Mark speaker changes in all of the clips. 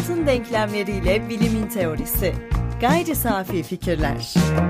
Speaker 1: hayatın denklemleriyle bilimin teorisi. Gayri safi fikirler.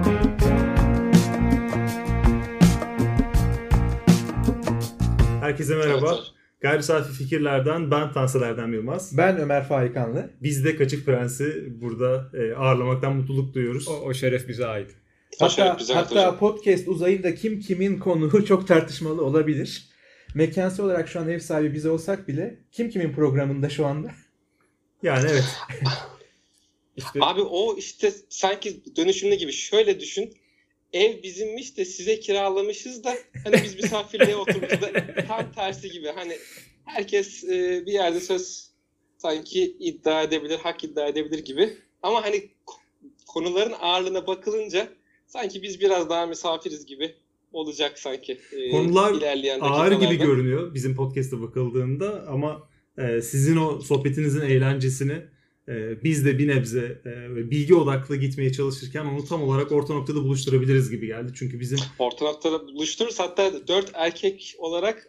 Speaker 2: Herkese merhaba. Gayri safi fikirlerden ben Tansel Erdem Yılmaz.
Speaker 3: Ben Ömer Faikanlı.
Speaker 2: Biz de Kaçık Prens'i burada ağırlamaktan mutluluk duyuyoruz.
Speaker 4: O şeref bize ait.
Speaker 3: Hatta podcast uzayında kim kimin konuğu çok tartışmalı olabilir. Mekansal olarak şu an ev sahibi biz olsak bile kim kimin programında şu anda?
Speaker 2: Yani evet.
Speaker 5: Abi o işte sanki dönüşümlü gibi. Şöyle düşün. Ev bizimmiş de size kiralamışız da hani biz misafirliğe oturmuşuz da tam tersi gibi. Hani herkes bir yerde söz sanki iddia edebilir, hak iddia edebilir gibi. Ama hani konuların ağırlığına bakılınca sanki biz biraz daha misafiriz gibi olacak sanki.
Speaker 2: Konular ağır gibi görünüyor bizim podcast'a bakıldığında ama sizin o sohbetinizin eğlencesini biz de bir nebze bilgi odaklı gitmeye çalışırken onu tam olarak orta noktada buluşturabiliriz gibi geldi. Çünkü bizim...
Speaker 5: Orta noktada buluştururuz. Hatta 4 erkek olarak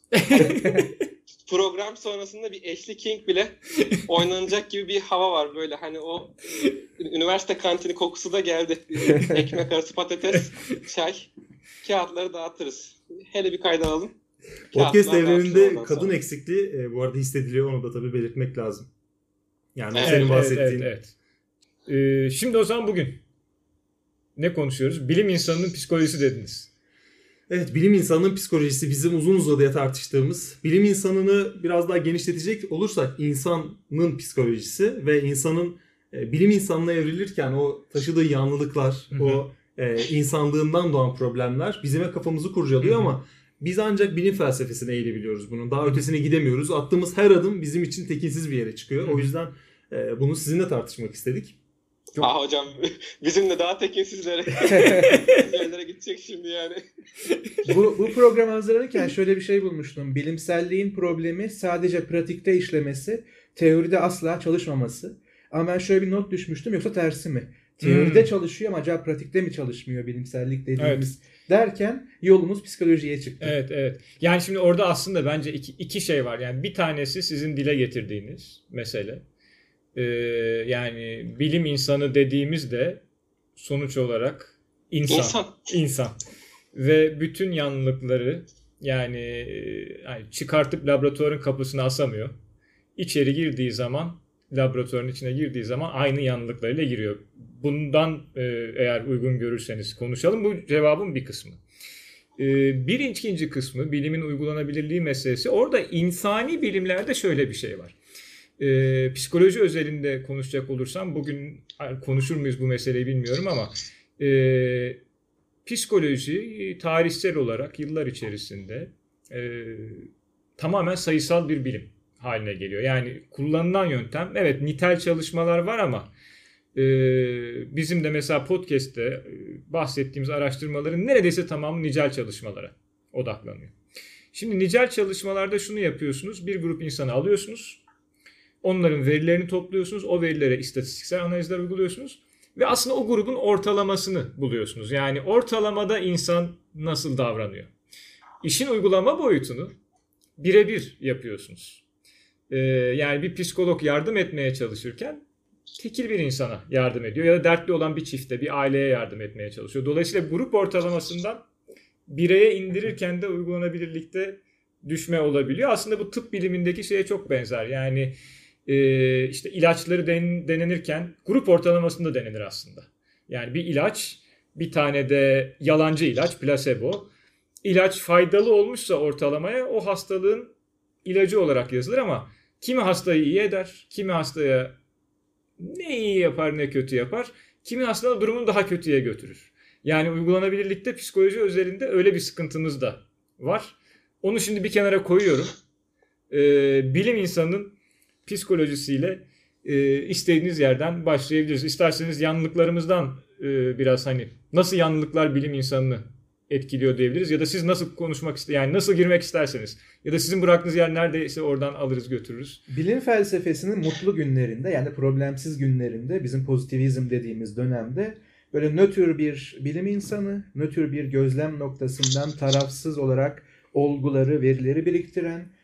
Speaker 5: program sonrasında bir Ashley King bile oynanacak gibi bir hava var. Böyle hani o üniversite kantini kokusu da geldi. Ekmek arası patates, çay, kağıtları dağıtırız. Hele bir kayda alalım.
Speaker 2: Podcast evreninde kadın eksikliği bu arada hissediliyor. Onu da tabii belirtmek lazım. Yani senin bahsettiğin.
Speaker 4: Evet. Şimdi o zaman bugün ne konuşuyoruz? Bilim insanının psikolojisi dediniz.
Speaker 2: Evet, bilim insanının psikolojisi bizim uzun uzadıya tartıştığımız. Bilim insanını biraz daha genişletecek olursak insanın psikolojisi ve insanın bilim insanına evrilirken o taşıdığı yanlılıklar, o insanlığından doğan problemler bizim kafamızı kurcalıyor ama biz ancak bilim felsefesine eğilebiliyoruz bunun. Daha ötesine gidemiyoruz. Attığımız her adım bizim için tekinsiz bir yere çıkıyor. O yüzden bunu sizinle tartışmak istedik.
Speaker 5: Hocam bizimle daha tekinsizlere yerlere gidecek şimdi yani.
Speaker 3: Bu program hazırlanırken şöyle bir şey bulmuştum. Bilimselliğin problemi sadece pratikte işlemesi, teoride asla çalışmaması. Ama ben şöyle bir not düşmüştüm, yoksa tersi mi? Teoride çalışıyor ama acaba pratikte mi çalışmıyor bilimsellik dediğimiz derken yolumuz psikolojiye çıktı.
Speaker 4: Evet. Yani şimdi orada aslında bence iki şey var. Yani bir tanesi sizin dile getirdiğiniz mesele. Yani bilim insanı dediğimizde sonuç olarak insan. Ve bütün yanlılıkları yani çıkartıp laboratuvarın kapısına asamıyor. İçeri girdiği zaman, laboratuvarın içine girdiği zaman aynı yanlılıklarıyla giriyor. Bundan eğer uygun görürseniz konuşalım. Bu cevabın bir kısmı. Bir ikinci kısmı bilimin uygulanabilirliği meselesi. Orada insani bilimlerde şöyle bir şey var. Psikoloji özelinde konuşacak olursam bugün konuşur muyuz bu meseleyi bilmiyorum ama psikoloji tarihsel olarak yıllar içerisinde tamamen sayısal bir bilim haline geliyor. Yani kullanılan yöntem, evet nitel çalışmalar var ama bizim de mesela podcast'te bahsettiğimiz araştırmaların neredeyse tamamı nicel çalışmalara odaklanıyor. Şimdi nicel çalışmalarda şunu yapıyorsunuz. Bir grup insanı alıyorsunuz. Onların verilerini topluyorsunuz. O verilere istatistiksel analizler uyguluyorsunuz. Ve aslında o grubun ortalamasını buluyorsunuz. Yani ortalamada insan nasıl davranıyor? İşin uygulama boyutunu birebir yapıyorsunuz. Yani bir psikolog yardım etmeye çalışırken tekil bir insana yardım ediyor. Ya da dertli olan bir çifte, bir aileye yardım etmeye çalışıyor. Dolayısıyla grup ortalamasından bireye indirirken de uygulanabilirlikte düşme olabiliyor. Aslında bu tıp bilimindeki şeye çok benzer. Yani işte ilaçları denenirken grup ortalamasında denenir aslında. Yani bir ilaç, bir tane de yalancı ilaç, plasebo. İlaç faydalı olmuşsa ortalamaya o hastalığın ilacı olarak yazılır ama kimi hastayı iyi eder, kimi hastaya ne iyi yapar ne kötü yapar, kimi hastada durumunu daha kötüye götürür. Yani uygulanabilirlikte psikoloji özelinde öyle bir sıkıntımız da var. Onu şimdi bir kenara koyuyorum. Bilim insanının psikolojisiyle istediğiniz yerden başlayabiliriz. İsterseniz yanlılıklarımızdan biraz hani nasıl yanlılıklar bilim insanını etkiliyor diyebiliriz. Ya da siz nasıl konuşmak yani nasıl girmek isterseniz. Ya da sizin bıraktığınız yer neredeyse oradan alırız götürürüz.
Speaker 3: Bilim felsefesinin mutlu günlerinde yani problemsiz günlerinde bizim pozitivizm dediğimiz dönemde böyle nötr bir bilim insanı, nötr bir gözlem noktasından tarafsız olarak olguları, verileri biriktiren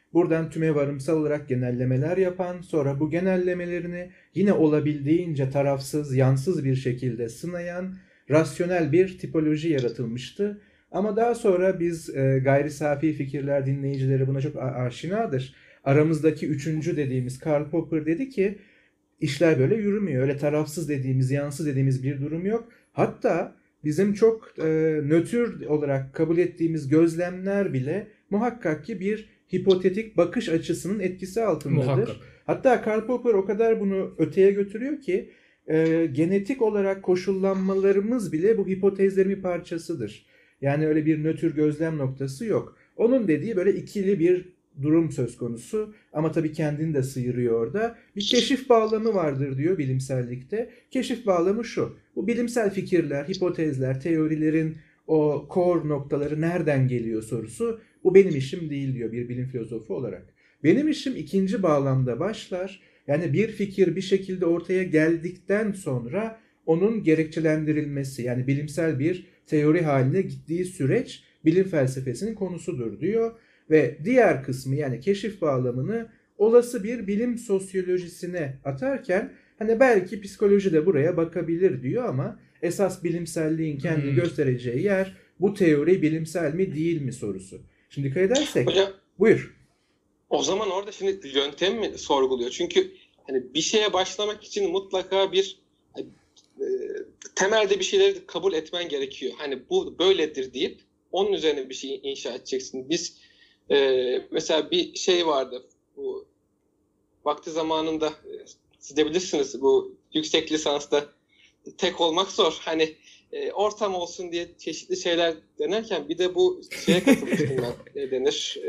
Speaker 3: Buradan tüme varımsal olarak genellemeler yapan, sonra bu genellemelerini yine olabildiğince tarafsız, yansız bir şekilde sınayan rasyonel bir tipoloji yaratılmıştı. Ama daha sonra biz gayri safi fikirler dinleyicileri buna çok aşinadır. Aramızdaki üçüncü dediğimiz Karl Popper dedi ki işler böyle yürümüyor. Öyle tarafsız dediğimiz, yansız dediğimiz bir durum yok. Hatta bizim çok nötr olarak kabul ettiğimiz gözlemler bile muhakkak ki bir hipotetik bakış açısının etkisi altındadır.
Speaker 4: Muhakkak.
Speaker 3: Hatta Karl Popper o kadar bunu öteye götürüyor ki genetik olarak koşullanmalarımız bile bu hipotezlerin bir parçasıdır. Yani öyle bir nötr gözlem noktası yok. Onun dediği böyle ikili bir durum söz konusu ama tabii kendini de sıyırıyor orada. Bir keşif bağlamı vardır diyor bilimsellikte. Keşif bağlamı şu. Bu bilimsel fikirler, hipotezler, teorilerin o core noktaları nereden geliyor sorusu. Bu benim işim değil diyor bir bilim filozofu olarak. Benim işim ikinci bağlamda başlar. Yani bir fikir bir şekilde ortaya geldikten sonra onun gerekçelendirilmesi, yani bilimsel bir teori haline gittiği süreç bilim felsefesinin konusudur diyor. Ve diğer kısmı, yani keşif bağlamını olası bir bilim sosyolojisine atarken hani belki psikoloji de buraya bakabilir diyor ama esas bilimselliğin kendini göstereceği yer bu teori bilimsel mi değil mi sorusu. Şimdi dikkat edersek,
Speaker 5: hocam,
Speaker 3: buyur.
Speaker 5: O zaman orada şimdi yöntem mi sorguluyor? Çünkü hani bir şeye başlamak için mutlaka bir temelde bir şeyleri kabul etmen gerekiyor. Hani bu böyledir deyip onun üzerine bir şey inşa edeceksin. Biz mesela bir şey vardı. Bu vakti zamanında siz de bilirsiniz, bu yüksek lisansta tek olmak zor. Hani ortam olsun diye çeşitli şeyler denerken bir de bu şeye katılmıştım ben. Ne denir?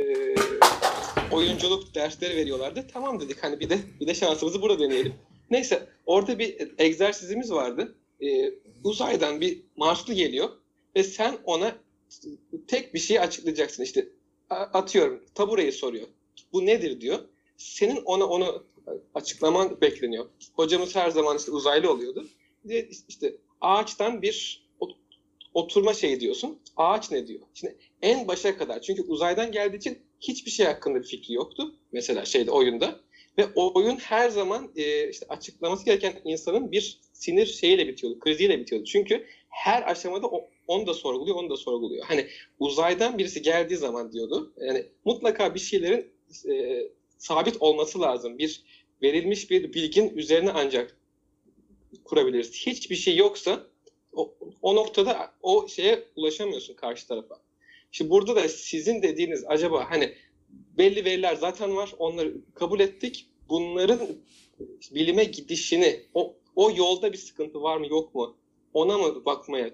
Speaker 5: Oyunculuk dersleri veriyorlardı. Tamam dedik, hani bir de şansımızı burada deneyelim. Neyse, orada bir egzersizimiz vardı. Uzaydan bir Marslı geliyor ve sen ona tek bir şeyi açıklayacaksın. İşte atıyorum, tabureyi soruyor. Bu nedir diyor. Senin onu açıklaman bekleniyor. Hocamız her zaman işte uzaylı oluyordu. İşte ağaçtan bir oturma şeyi diyorsun. Ağaç ne diyor? Şimdi en başa kadar. Çünkü uzaydan geldiği için hiçbir şey hakkında bir fikri yoktu. Mesela oyunda. Ve o oyun her zaman işte açıklaması gereken insanın bir sinir şeyiyle bitiyordu. Kriziyle bitiyordu. Çünkü her aşamada onu da sorguluyor. Hani uzaydan birisi geldiği zaman diyordu. Yani mutlaka bir şeylerin sabit olması lazım. Bir verilmiş bir bilgin üzerine ancak kurabiliriz. Hiçbir şey yoksa o noktada o şeye ulaşamıyorsun karşı tarafa. Şimdi burada da sizin dediğiniz acaba hani belli veriler zaten var. Onları kabul ettik. Bunların bilime gidişini, o yolda bir sıkıntı var mı yok mu? Ona mı bakmaya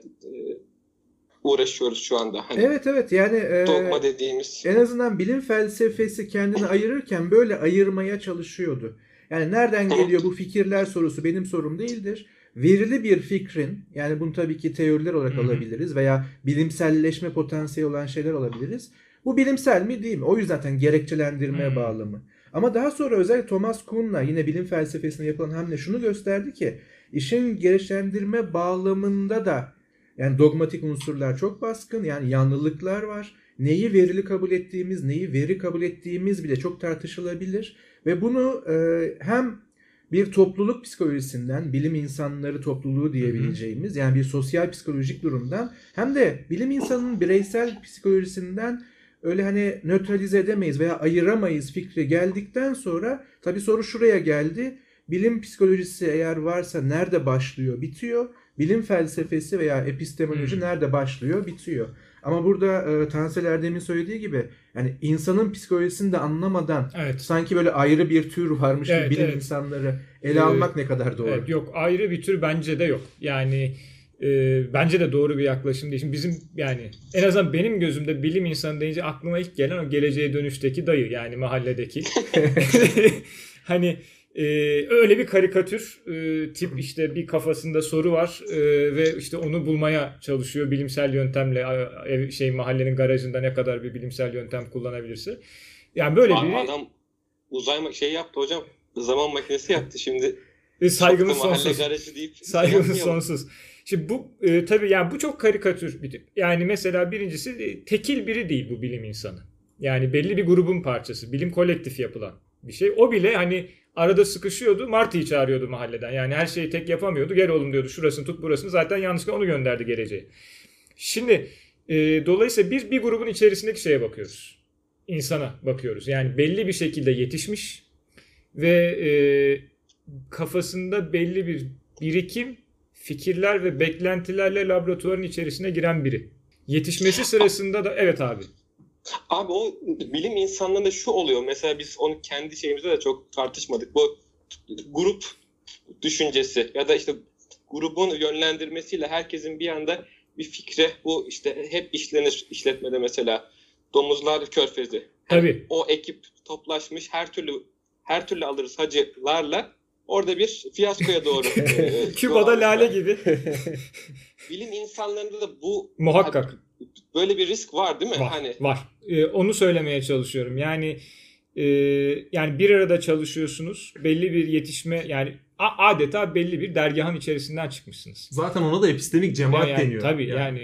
Speaker 5: uğraşıyoruz şu anda? Hani
Speaker 3: Evet yani
Speaker 5: dogma dediğimiz.
Speaker 3: En azından bilim felsefesi kendini ayırırken böyle ayırmaya çalışıyordu. Yani nereden geliyor bu fikirler sorusu benim sorum değildir. Verili bir fikrin, yani bunu tabii ki teoriler olarak alabiliriz veya bilimselleşme potansiyeli olan şeyler alabiliriz. Bu bilimsel mi değil mi? O yüzden zaten gerekçelendirmeye bağlı mı? Ama daha sonra özellikle Thomas Kuhn'la yine bilim felsefesine yapılan hamle şunu gösterdi ki işin gerekçelendirme bağlamında da yani dogmatik unsurlar çok baskın, yani yanlılıklar var. Neyi verili kabul ettiğimiz, neyi veri kabul ettiğimiz bile çok tartışılabilir. Ve bunu hem bir topluluk psikolojisinden, bilim insanları topluluğu diyebileceğimiz yani bir sosyal psikolojik durumdan hem de bilim insanının bireysel psikolojisinden öyle hani nötralize edemeyiz veya ayıramayız fikri geldikten sonra tabii soru şuraya geldi. Bilim psikolojisi eğer varsa nerede başlıyor, bitiyor? Bilim felsefesi veya epistemoloji nerede başlıyor, bitiyor? Ama burada Tansel Erdem'in söylediği gibi yani insanın psikolojisini de anlamadan sanki böyle ayrı bir tür varmış gibi bilim insanları ele almak ne kadar doğru?
Speaker 4: Evet, yok, ayrı bir tür bence de yok. Yani bence de doğru bir yaklaşım değil. Şimdi bizim yani en azından benim gözümde bilim insanı deyince aklıma ilk gelen o Geleceğe Dönüş'teki dayı, yani mahalledeki. Hani öyle bir karikatür tip, işte bir kafasında soru var ve işte onu bulmaya çalışıyor bilimsel yöntemle, mahallenin garajında ne kadar bir bilimsel yöntem kullanabilirse. Yani böyle bir
Speaker 5: adam uzay yaptı hocam. Zaman makinesi yaptı şimdi.
Speaker 4: Saygımız sonsuz.
Speaker 5: Saygımız
Speaker 4: sonsuz. Şimdi bu tabii yani bu çok karikatür bir tip. Yani mesela birincisi tekil biri değil bu bilim insanı. Yani belli bir grubun parçası. Bilim kolektif yapılan bir şey. O bile hani arada sıkışıyordu. Martı'yı çağırıyordu mahalleden. Yani her şeyi tek yapamıyordu. Gel oğlum diyordu. Şurasını tut burasını. Zaten yanlışlıkla onu gönderdi geleceğe. Şimdi dolayısıyla biz bir grubun içerisindeki şeye bakıyoruz. İnsana bakıyoruz. Yani belli bir şekilde yetişmiş ve kafasında belli bir birikim, fikirler ve beklentilerle laboratuvarın içerisine giren biri. Yetişmesi sırasında da evet abi.
Speaker 5: Abi o bilim insanlarında şu oluyor. Mesela biz onu kendi şeyimizde de çok tartışmadık. Bu grup düşüncesi ya da işte grubun yönlendirmesiyle herkesin bir anda bir fikre, bu işte hep işlenir işletmede mesela domuzlar körfezi.
Speaker 4: Tabii.
Speaker 5: O ekip toplaşmış, her türlü alırız hacılarla orada bir fiyaskoya doğru.
Speaker 4: Küba'da lale gibi.
Speaker 5: Bilim insanlarında da bu
Speaker 4: muhakkak.
Speaker 5: Böyle bir risk var değil mi?
Speaker 4: Var. Onu söylemeye çalışıyorum. Yani bir arada çalışıyorsunuz. Belli bir yetişme, yani adeta belli bir dergahın içerisinden çıkmışsınız.
Speaker 2: Zaten ona da epistemik cemaat deniyor.
Speaker 4: Tabii yani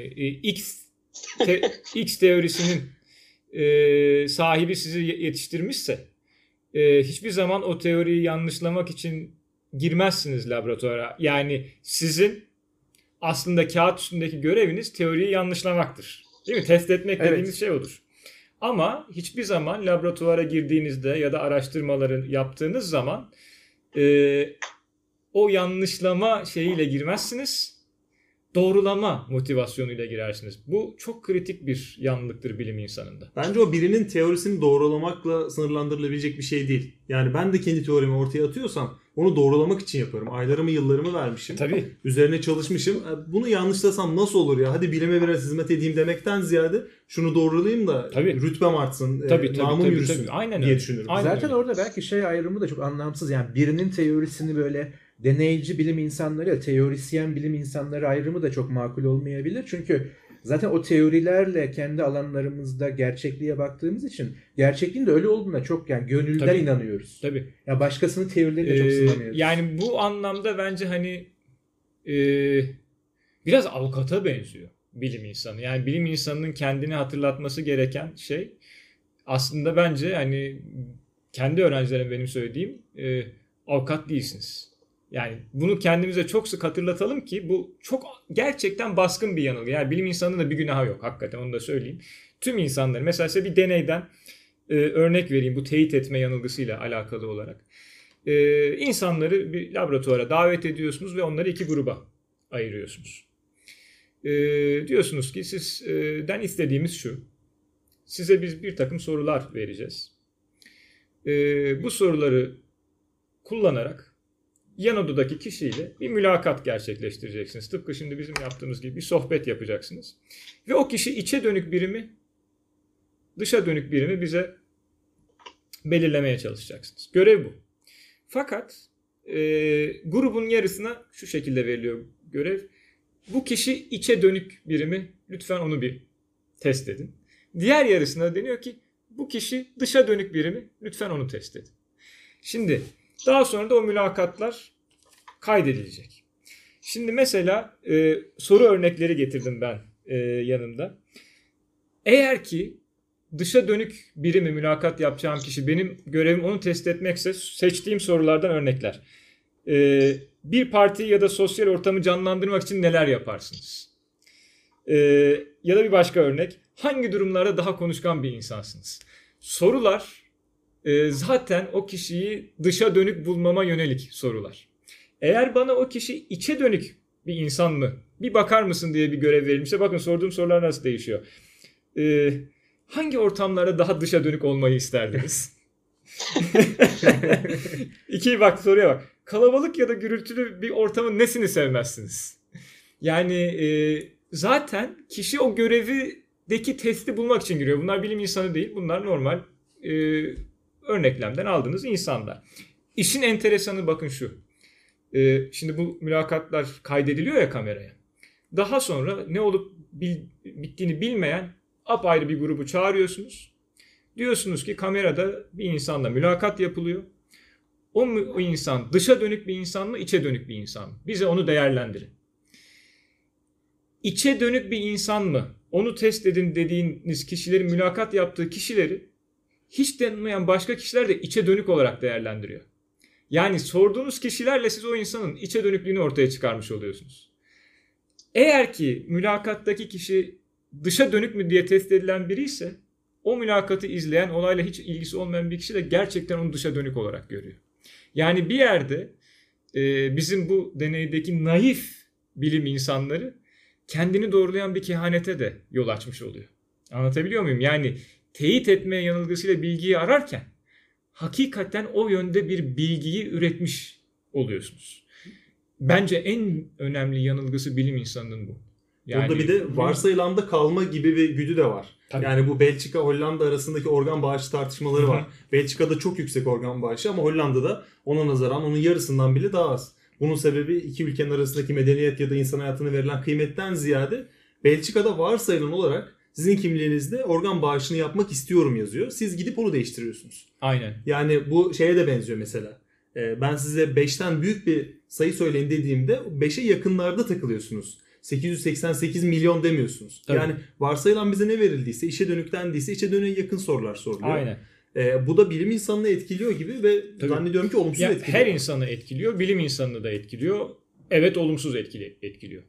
Speaker 4: X teorisinin sahibi sizi yetiştirmişse hiçbir zaman o teoriyi yanlışlamak için girmezsiniz laboratuvara. Yani sizin aslında kağıt üstündeki göreviniz teoriyi yanlışlamaktır. Değil mi? Test etmek dediğimiz şey odur. Ama hiçbir zaman laboratuvara girdiğinizde ya da araştırmaları yaptığınız zaman o yanlışlama şeyiyle girmezsiniz. Doğrulama motivasyonuyla girersiniz. Bu çok kritik bir yanlılıktır bilim insanında.
Speaker 2: Bence o birinin teorisini doğrulamakla sınırlandırılabilecek bir şey değil. Yani ben de kendi teorimi ortaya atıyorsam onu doğrulamak için yaparım. Aylarımı, yıllarımı vermişim.
Speaker 4: Tabii.
Speaker 2: Üzerine çalışmışım. Bunu yanlışlasam nasıl olur ya? Hadi bilime biraz hizmet edeyim demekten ziyade şunu doğrulayayım da rütbem artsın, namım yürüsün diye düşünürüm.
Speaker 3: Zaten orada belki şey ayrımı da çok anlamsız. Yani birinin teorisini böyle deneyci bilim insanları ya teorisyen bilim insanları ayrımı da çok makul olmayabilir. Çünkü zaten o teorilerle kendi alanlarımızda gerçekliğe baktığımız için gerçekliğin de öyle olduğuna çok yani gönülden inanıyoruz.
Speaker 4: Tabii.
Speaker 3: Ya başkasının teorileriyle çok sınamıyoruz.
Speaker 4: Yani bu anlamda bence hani biraz avukata benziyor bilim insanı. Yani bilim insanının kendini hatırlatması gereken şey aslında bence hani kendi öğrencilerim benim söylediğim avukat değilsiniz. Yani bunu kendimize çok sık hatırlatalım ki bu çok gerçekten baskın bir yanılgı. Yani bilim insanının da bir günahı yok hakikaten, onu da söyleyeyim. Tüm insanları mesela size bir deneyden örnek vereyim bu teyit etme yanılgısıyla alakalı olarak. İnsanları bir laboratuvara davet ediyorsunuz ve onları iki gruba ayırıyorsunuz. Diyorsunuz ki sizden istediğimiz şu. Size biz bir takım sorular vereceğiz. Bu soruları kullanarak yan odadaki kişiyle bir mülakat gerçekleştireceksiniz. Tıpkı şimdi bizim yaptığımız gibi bir sohbet yapacaksınız. Ve o kişi içe dönük birimi, dışa dönük birimi bize belirlemeye çalışacaksınız. Görev bu. Fakat grubun yarısına şu şekilde veriliyor görev. Bu kişi içe dönük birimi, lütfen onu bir test edin. Diğer yarısına deniyor ki bu kişi dışa dönük birimi, lütfen onu test edin. Şimdi daha sonra da o mülakatlar kaydedilecek. Şimdi mesela soru örnekleri getirdim ben yanımda. Eğer ki dışa dönük birimi mülakat yapacağım kişi, benim görevim onu test etmekse seçtiğim sorulardan örnekler. Bir partiyi ya da sosyal ortamı canlandırmak için neler yaparsınız? Ya da bir başka örnek. Hangi durumlarda daha konuşkan bir insansınız? Sorular zaten o kişiyi dışa dönük bulmama yönelik sorular. Eğer bana o kişi içe dönük bir insan mı, bir bakar mısın diye bir görev verilmişse, bakın sorduğum sorular nasıl değişiyor. Hangi ortamlarda daha dışa dönük olmayı isterdiniz? Bak soruya bak. Kalabalık ya da gürültülü bir ortamın nesini sevmezsiniz? Yani zaten kişi o görevdeki testi bulmak için giriyor. Bunlar bilim insanı değil. Bunlar normal örneklemden aldığınız insanlar. İşin enteresanı bakın şu. Şimdi bu mülakatlar kaydediliyor ya kameraya. Daha sonra ne olup bittiğini bilmeyen apayrı bir grubu çağırıyorsunuz. Diyorsunuz ki kamerada bir insanla mülakat yapılıyor. O insan dışa dönük bir insan mı, içe dönük bir insan mı? Bize onu değerlendirin. İçe dönük bir insan mı onu test edin dediğiniz kişilerin mülakat yaptığı kişileri hiç tanımayan başka kişiler de içe dönük olarak değerlendiriyor. Yani sorduğunuz kişilerle siz o insanın içe dönüklüğünü ortaya çıkarmış oluyorsunuz. Eğer ki mülakattaki kişi dışa dönük mü diye test edilen biri ise o mülakatı izleyen, olayla hiç ilgisi olmayan bir kişi de gerçekten onu dışa dönük olarak görüyor. Yani bir yerde bizim bu deneydeki naif bilim insanları kendini doğrulayan bir kehanete de yol açmış oluyor. Anlatabiliyor muyum? Yani teyit etme yanılgısıyla bilgiyi ararken hakikaten o yönde bir bilgiyi üretmiş oluyorsunuz. Bence en önemli yanılgısı bilim insanının bu. Yani,
Speaker 2: burada bir de varsayılanda kalma gibi bir güdü de var.
Speaker 4: Tabii.
Speaker 2: Yani bu Belçika Hollanda arasındaki organ bağışı tartışmaları var. Belçika'da çok yüksek organ bağışı ama Hollanda'da ona nazaran onun yarısından bile daha az. Bunun sebebi iki ülkenin arasındaki medeniyet ya da insan hayatına verilen kıymetten ziyade Belçika'da varsayılan olarak sizin kimliğinizde organ bağışını yapmak istiyorum yazıyor. Siz gidip onu değiştiriyorsunuz.
Speaker 4: Aynen.
Speaker 2: Yani bu şeye de benziyor mesela. Ben size 5'ten büyük bir sayı söyleyin dediğimde 5'e yakınlarda takılıyorsunuz. 888 milyon demiyorsunuz.
Speaker 4: Tabii.
Speaker 2: Yani varsayılan bize ne verildiyse, içe dönük dendiyse içe dönüğe yakın sorular soruluyor.
Speaker 4: Aynen.
Speaker 2: Bu da bilim insanını etkiliyor gibi ve
Speaker 4: Tabii.
Speaker 2: zannediyorum ki olumsuz
Speaker 4: Yani
Speaker 2: etkiliyor.
Speaker 4: her insanı etkiliyor, bilim insanını da etkiliyor. Evet, olumsuz etkiliyor.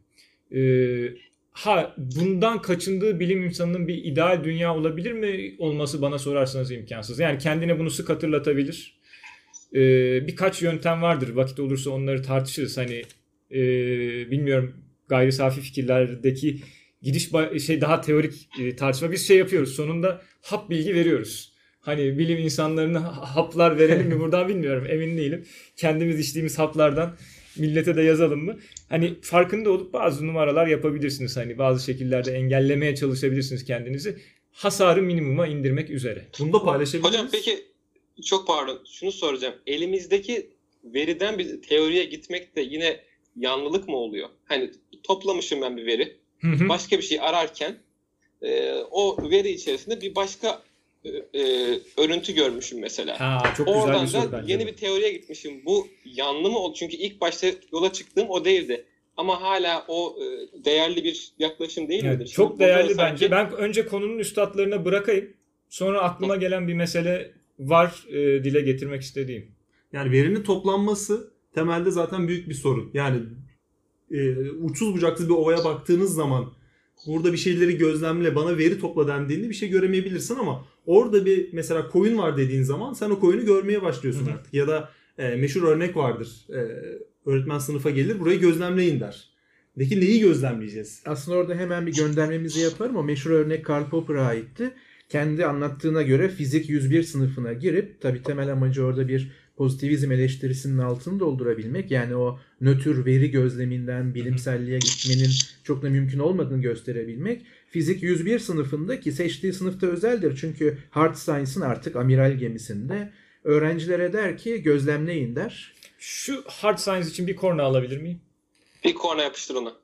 Speaker 4: Bundan kaçındığı bilim insanının bir ideal dünya olabilir mi? Olması bana sorarsanız imkansız. Yani kendine bunu sık hatırlatabilir. Birkaç yöntem vardır. Vakit olursa onları tartışırız. Hani bilmiyorum, gayri safi fikirlerdeki gidiş daha teorik tartışma. Biz yapıyoruz. Sonunda hap bilgi veriyoruz. Hani bilim insanlarına haplar verelim mi buradan bilmiyorum. Emin değilim. Kendimiz içtiğimiz haplardan millete de yazalım mı? Hani farkında olup bazı numaralar yapabilirsiniz. Hani bazı şekillerde engellemeye çalışabilirsiniz kendinizi. Hasarı minimuma indirmek üzere.
Speaker 2: Bunu da paylaşabiliriz.
Speaker 5: Hocam peki çok pardon, şunu soracağım. Elimizdeki veriden bir teoriye gitmek de yine yanlılık mı oluyor? Hani toplamışım ben bir veri. Başka bir şey ararken o veri içerisinde bir başka örüntü görmüşüm mesela.
Speaker 4: Çok güzel
Speaker 5: oradan
Speaker 4: bir soru
Speaker 5: da
Speaker 4: bence.
Speaker 5: yeni bir teoriye gitmişim. Bu yanlı mı oldu? Çünkü ilk başta yola çıktığım o değildi. Ama hala o değerli bir yaklaşım değil midir?
Speaker 4: Evet, çok değerli
Speaker 5: sanki...
Speaker 4: bence. Ben önce konunun üstadlarına bırakayım. Sonra aklıma gelen bir mesele var dile getirmek istediğim.
Speaker 2: Yani verinin toplanması temelde zaten büyük bir sorun. Yani uçsuz bucaksız bir ovaya baktığınız zaman burada bir şeyleri gözlemle, bana veri topla dendiğinde bir şey göremeyebilirsin ama orada bir mesela koyun var dediğin zaman sen o koyunu görmeye başlıyorsun artık. Ya da meşhur örnek vardır. Öğretmen sınıfa gelir, burayı gözlemleyin der. Peki neyi gözlemleyeceğiz?
Speaker 3: Aslında orada hemen bir göndermemizi yaparım. O meşhur örnek Karl Popper'a aitti. Kendi anlattığına göre fizik 101 sınıfına girip, tabii temel amacı orada bir pozitivizm eleştirisinin altını doldurabilmek. Yani o nötr veri gözleminden bilimselliğe gitmenin çok da mümkün olmadığını gösterebilmek. Fizik 101 sınıfında, ki seçtiği sınıfta özeldir. Çünkü Hard Science'ın artık amiral gemisinde, öğrencilere der ki gözlemleyin der.
Speaker 4: Şu Hard Science için bir korna alabilir miyim?
Speaker 5: Bir korna yapıştır ona.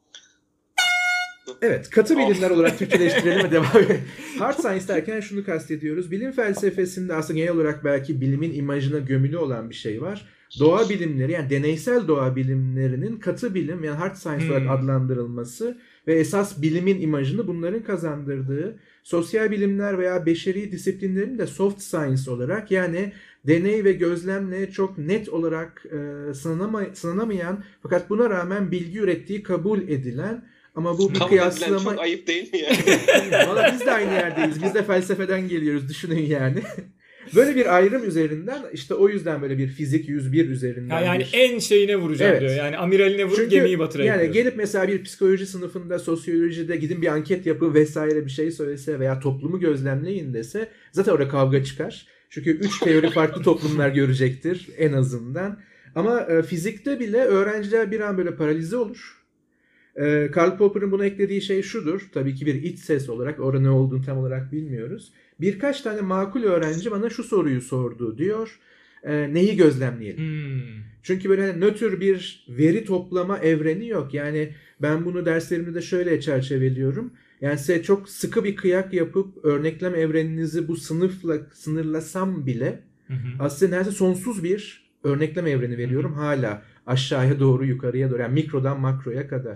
Speaker 3: Evet, katı bilimler olarak Türkçeleştirelim ve devam edelim. Hard Science derken şunu kastediyoruz. Bilim felsefesinde aslında genel olarak belki bilimin imajına gömülü olan bir şey var. Doğa bilimleri, yani deneysel doğa bilimlerinin katı bilim, yani hard science olarak adlandırılması ve esas bilimin imajını bunların kazandırdığı, sosyal bilimler veya beşeri disiplinlerin de soft science olarak, yani deney ve gözlemle çok net olarak sınanamayan fakat buna rağmen bilgi ürettiği kabul edilen, ama bu bir kıyaslama...
Speaker 5: Çok ayıp değil mi yani?
Speaker 3: Valla biz de aynı yerdeyiz. Biz de felsefeden geliyoruz. Düşünün yani. Böyle bir ayrım üzerinden, işte o yüzden böyle bir fizik 101 üzerinden.
Speaker 4: Yani en şeyine vuracağım, evet, diyor. Yani amiraline vurup gemiyi batırayım.
Speaker 3: Yani
Speaker 4: diyor.
Speaker 3: gelip mesela bir psikoloji sınıfında, sosyolojide gidin bir anket yapın vesaire bir şey söylese veya toplumu gözlemleyin dese zaten orada kavga çıkar. Çünkü 3 teori farklı toplumlar görecektir en azından. Ama fizikte bile öğrenciler bir an böyle paralize olur. Karl Popper'ın buna eklediği şey şudur. Tabii ki bir iç ses olarak, orada ne olduğunu tam olarak bilmiyoruz. Birkaç tane makul öğrenci bana şu soruyu sordu diyor. Neyi gözlemleyelim? Çünkü böyle nötr bir veri toplama evreni yok. Yani ben bunu derslerimde de şöyle çerçeveliyorum. Yani size çok sıkı bir kıyak yapıp örneklem evreninizi bu sınıfla sınırlasam bile aslında neredeyse sonsuz bir örneklem evreni veriyorum hala. Aşağıya doğru, yukarıya doğru. Yani mikrodan makroya kadar.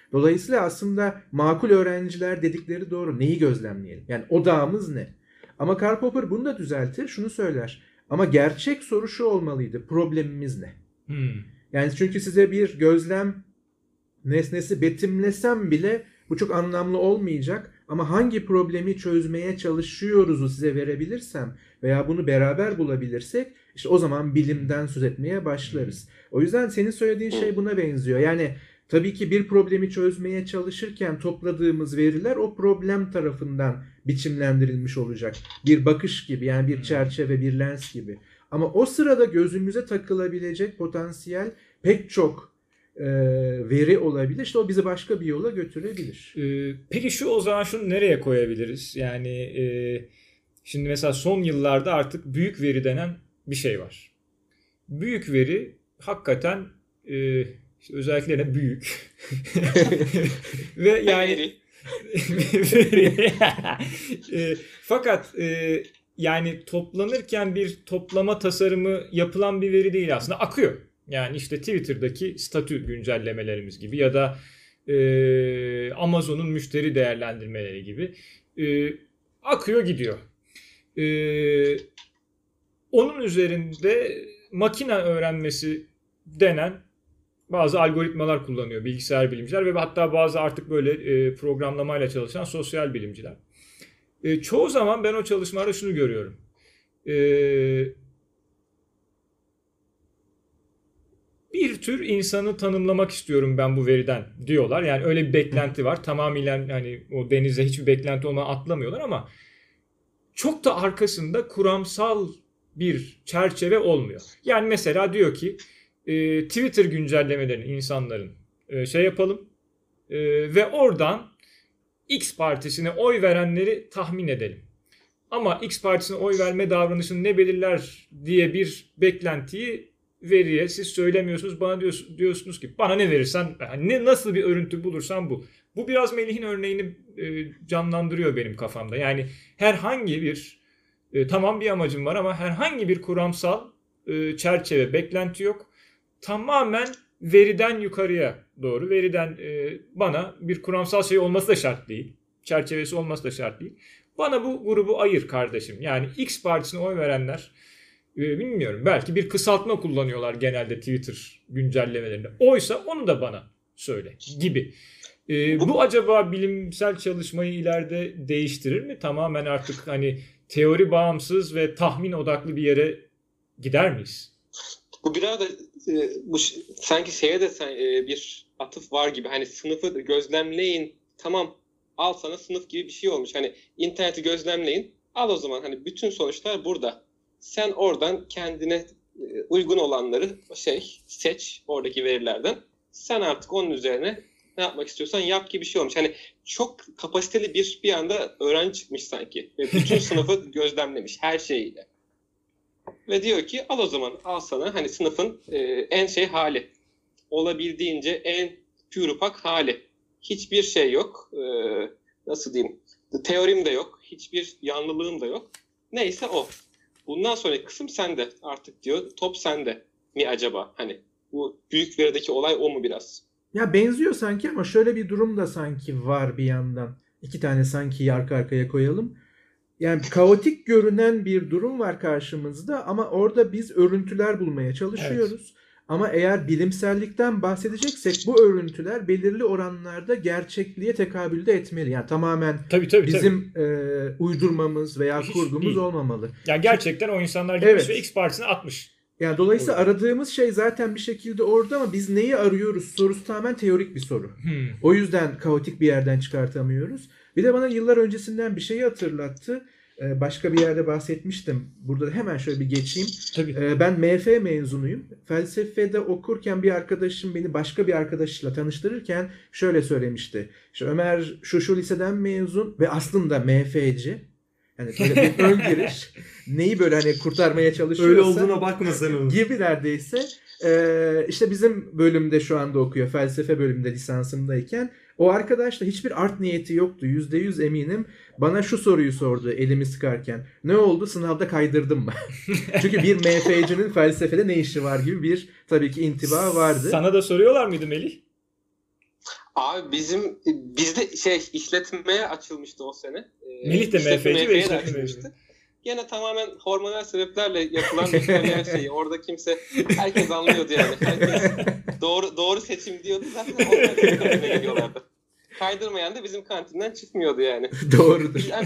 Speaker 3: Dolayısıyla aslında makul öğrenciler dedikleri doğru. Neyi gözlemleyelim? Yani odağımız ne? Ama Karl Popper bunu da düzeltir. Şunu söyler. Ama gerçek soru şu olmalıydı. Problemimiz ne? Yani çünkü size bir gözlem nesnesi betimlesem bile bu çok anlamlı olmayacak. Ama hangi problemi çözmeye çalışıyoruzu size verebilirsem veya bunu beraber bulabilirsek işte o zaman bilimden söz etmeye başlarız. O yüzden senin söylediğin şey buna benziyor. Yani tabii ki bir problemi çözmeye çalışırken topladığımız veriler o problem tarafından biçimlendirilmiş olacak. Bir bakış gibi, yani bir çerçeve, bir lens gibi. Ama o sırada gözümüze takılabilecek potansiyel pek çok veri olabilir. İşte o bizi başka bir yola götürebilir.
Speaker 4: Peki o zaman şunu nereye koyabiliriz? Yani şimdi mesela son yıllarda artık büyük veri denen bir şey var. Büyük veri hakikaten işte özellikle büyük. Ve yani fakat yani toplanırken bir toplama tasarımı yapılan bir veri değil aslında. Akıyor. Yani işte Twitter'daki statü güncellemelerimiz gibi ya da Amazon'un müşteri değerlendirmeleri gibi akıyor gidiyor. Onun üzerinde makine öğrenmesi denen bazı algoritmalar kullanıyor bilgisayar bilimciler ve hatta bazı artık böyle programlamayla çalışan sosyal bilimciler. Çoğu zaman ben o çalışmalarda şunu görüyorum. Bir tür insanı tanımlamak istiyorum ben bu veriden diyorlar. Yani öyle bir beklenti var. Tamamıyla hani o denize hiçbir beklenti olmadan atlamıyorlar ama çok da arkasında kuramsal bir çerçeve olmuyor. Yani mesela diyor ki Twitter güncellemelerini insanların şey yapalım ve oradan X partisine oy verenleri tahmin edelim. Ama X partisine oy verme davranışını ne belirler diye bir beklentiyi veriye siz söylemiyorsunuz. Bana diyorsunuz ki bana ne verirsen, ne nasıl bir örüntü bulursan bu. Bu biraz Melih'in örneğini canlandırıyor benim kafamda. Yani herhangi bir tamam bir amacım var ama herhangi bir kuramsal çerçeve, beklenti yok. Tamamen veriden yukarıya doğru. Veriden bana bir kuramsal şey olması da şart değil. Çerçevesi olması da şart değil. Bana bu grubu ayır kardeşim. Yani X partisine oy verenler bilmiyorum. Belki bir kısaltma kullanıyorlar genelde Twitter güncellemelerinde. Oysa onu da bana söyle gibi. Bu acaba bilimsel çalışmayı ileride değiştirir mi? Tamamen artık hani teori bağımsız ve tahmin odaklı bir yere gider miyiz?
Speaker 5: Bu biraz da bu sanki şeye de bir atıf var gibi. Hani sınıfı gözlemleyin. Tamam, al sana sınıf gibi bir şey olmuş. Hani interneti gözlemleyin. Al o zaman, hani bütün sonuçlar burada. Sen oradan kendine uygun olanları seç oradaki verilerden. Sen artık onun üzerine ne yapmak istiyorsan yap gibi bir şey olmuş. Hani çok kapasiteli bir anda öğrenci çıkmış sanki. Ve bütün sınıfı gözlemlemiş her şeyiyle. Ve diyor ki al o zaman, al sana hani sınıfın en hali. Olabildiğince en pürupak hali. Hiçbir şey yok. Nasıl diyeyim? Teorim de yok. Hiçbir yanlılığım da yok. Neyse o. Bundan sonraki kısım sende artık diyor. Top sende mi acaba? Hani bu büyük verideki olay o mu biraz?
Speaker 3: Ya benziyor sanki ama şöyle bir durum da sanki var bir yandan. İki tane sanki arka arkaya koyalım. Yani kaotik görünen bir durum var karşımızda ama orada biz örüntüler bulmaya çalışıyoruz. Evet. Ama eğer bilimsellikten bahsedeceksek bu örüntüler belirli oranlarda gerçekliğe tekabülde etmeli. Yani tamamen bizim uydurmamız veya kurgumuz değil. Olmamalı.
Speaker 4: Yani gerçekten o insanlar gitmiş ve X partisine atmış.
Speaker 3: Yani dolayısıyla aradığımız şey zaten bir şekilde orada ama biz neyi arıyoruz sorusu tamamen teorik bir soru. O yüzden kaotik bir yerden çıkartamıyoruz. Bir de bana yıllar öncesinden bir şeyi hatırlattı. Başka bir yerde bahsetmiştim. Burada da hemen şöyle bir geçeyim.
Speaker 4: Tabii.
Speaker 3: Ben MF mezunuyum. Felsefede okurken bir arkadaşım beni başka bir arkadaşla tanıştırırken şöyle söylemişti. İşte Ömer şu liseden mezun ve aslında MF'ci. Yani böyle bir ön giriş. Neyi böyle hani kurtarmaya çalışıyorsa.
Speaker 2: Öyle olduğuna bakma sen onun.
Speaker 3: Gibi neredeyse. İşte bizim bölümde şu anda okuyor. Felsefe bölümünde lisansımdayken. O arkadaş da hiçbir art niyeti yoktu. %100 eminim. Bana şu soruyu sordu elimi sıkarken. Ne oldu? Sınavda kaydırdım mı? Çünkü bir MF'cinin felsefede ne işi var gibi bir tabii ki intiba vardı.
Speaker 4: Sana da soruyorlar mıydı Melih?
Speaker 5: Abi bizde işletmeye açılmıştı o sene.
Speaker 4: Melih de MF'ci ve işletmeye
Speaker 5: açılmıştı. Gene tamamen hormonal sebeplerle yapılan bir şey. Orada herkes anlıyordu yani. Herkes doğru seçim diyordu. Zaten onlar kantine geliyorlardı. Kaydırmayan da bizim kantinden çıkmıyordu yani.
Speaker 3: Doğrudur.
Speaker 5: Yani,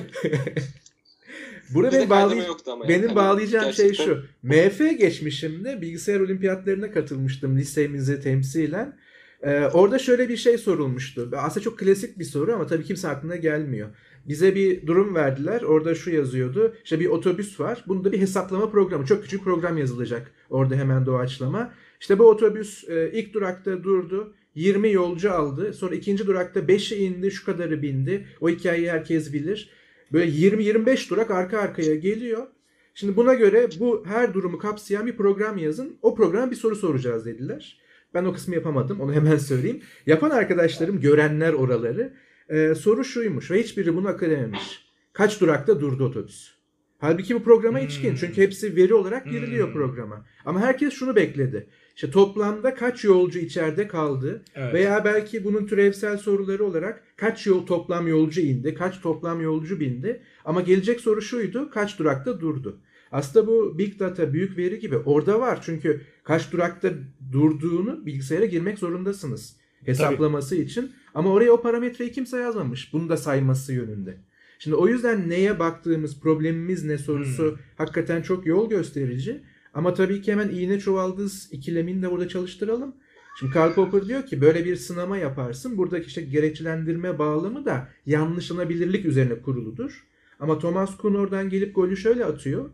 Speaker 3: Burada benim bağlayacağım
Speaker 5: gerçekten.
Speaker 3: şey şu. MF geçmişimde bilgisayar olimpiyatlarına katılmıştım lisemizi temsilen. Orada şöyle bir şey sorulmuştu. Aslında çok klasik bir soru ama tabii kimse aklına gelmiyor. Bize bir durum verdiler. Orada şu yazıyordu. İşte bir otobüs var. Bunda bir hesaplama programı. Çok küçük program yazılacak. Orada hemen doğaçlama. İşte bu otobüs ilk durakta durdu. 20 yolcu aldı. Sonra ikinci durakta 5'i indi. Şu kadarı bindi. O hikayeyi herkes bilir. Böyle 20-25 durak arka arkaya geliyor. Şimdi buna göre bu her durumu kapsayan bir program yazın. O programa bir soru soracağız dediler. Ben o kısmı yapamadım. Onu hemen söyleyeyim. Yapan arkadaşlarım, görenler oraları. Soru şuymuş ve hiçbiri bunu akıl edememiş. Kaç durakta durdu otobüs? Halbuki bu programa içkin. Çünkü hepsi veri olarak giriliyor programa. Ama herkes şunu bekledi. İşte toplamda kaç yolcu içeride kaldı? Evet. Veya belki bunun türevsel soruları olarak kaç toplam yolcu indi? Kaç toplam yolcu bindi? Ama gelecek soru şuydu. Kaç durakta durdu? Aslında bu Big Data, büyük veri gibi orada var. Çünkü kaç durakta durduğunu bilgisayara girmek zorundasınız. Hesaplaması için. Ama oraya o parametreyi kimse yazmamış. Bunu da sayması yönünde. Şimdi o yüzden neye baktığımız, problemimiz ne sorusu hakikaten çok yol gösterici. Ama tabii ki hemen iğne çuvaldız ikilemini de burada çalıştıralım. Şimdi Karl Popper diyor ki böyle bir sınama yaparsın. Buradaki gerekçelendirme bağlamı da yanlışlanabilirlik üzerine kuruludur. Ama Thomas Kuhn oradan gelip golü şöyle atıyor.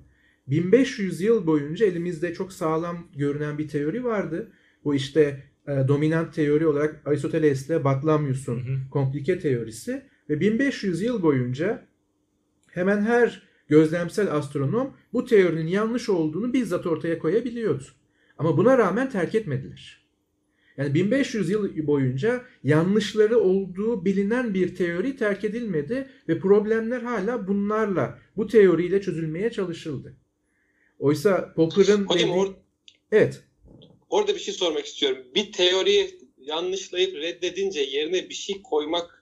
Speaker 3: 1500 yıl boyunca elimizde çok sağlam görünen bir teori vardı. Bu dominant teori olarak Aristoteles'le Batlamyus'un komplike teorisi. Ve 1500 yıl boyunca hemen her gözlemsel astronom bu teorinin yanlış olduğunu bizzat ortaya koyabiliyordu. Ama buna rağmen terk etmediler. Yani 1500 yıl boyunca yanlışları olduğu bilinen bir teori terk edilmedi ve problemler hala bunlarla, bu teoriyle çözülmeye çalışıldı. Oysa Popper'ın...
Speaker 5: Hocam
Speaker 3: evet.
Speaker 5: Orada bir şey sormak istiyorum. Bir teoriyi yanlışlayıp reddedince yerine bir şey koymak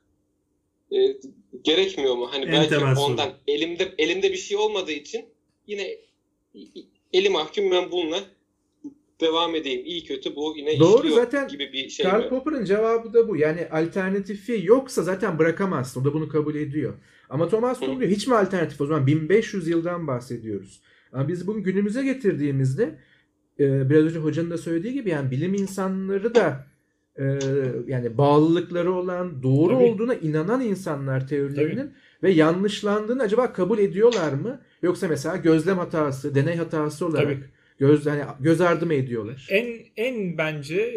Speaker 5: gerekmiyor mu? Hani
Speaker 2: En
Speaker 5: belki ondan
Speaker 2: soru.
Speaker 5: elimde bir şey olmadığı için yine eli mahkum, ben bununla devam edeyim. İyi kötü bu yine
Speaker 3: doğru,
Speaker 5: işliyor
Speaker 3: zaten
Speaker 5: gibi bir şey
Speaker 3: Karl
Speaker 5: mi?
Speaker 3: Popper'ın cevabı da bu. Yani alternatifi yoksa zaten bırakamazsın. O da bunu kabul ediyor. Ama Thomas Kuhn diyor hiç mi alternatif? O zaman 1500 yıldan bahsediyoruz. Ama biz bunu günümüze getirdiğimizde biraz önce hocanın da söylediği gibi yani bilim insanları da yani bağlılıkları olan, doğru olduğuna inanan insanlar teorilerinin ve yanlışlandığını acaba kabul ediyorlar mı? Yoksa mesela gözlem hatası, deney hatası olarak göz ardı mı ediyorlar?
Speaker 4: En bence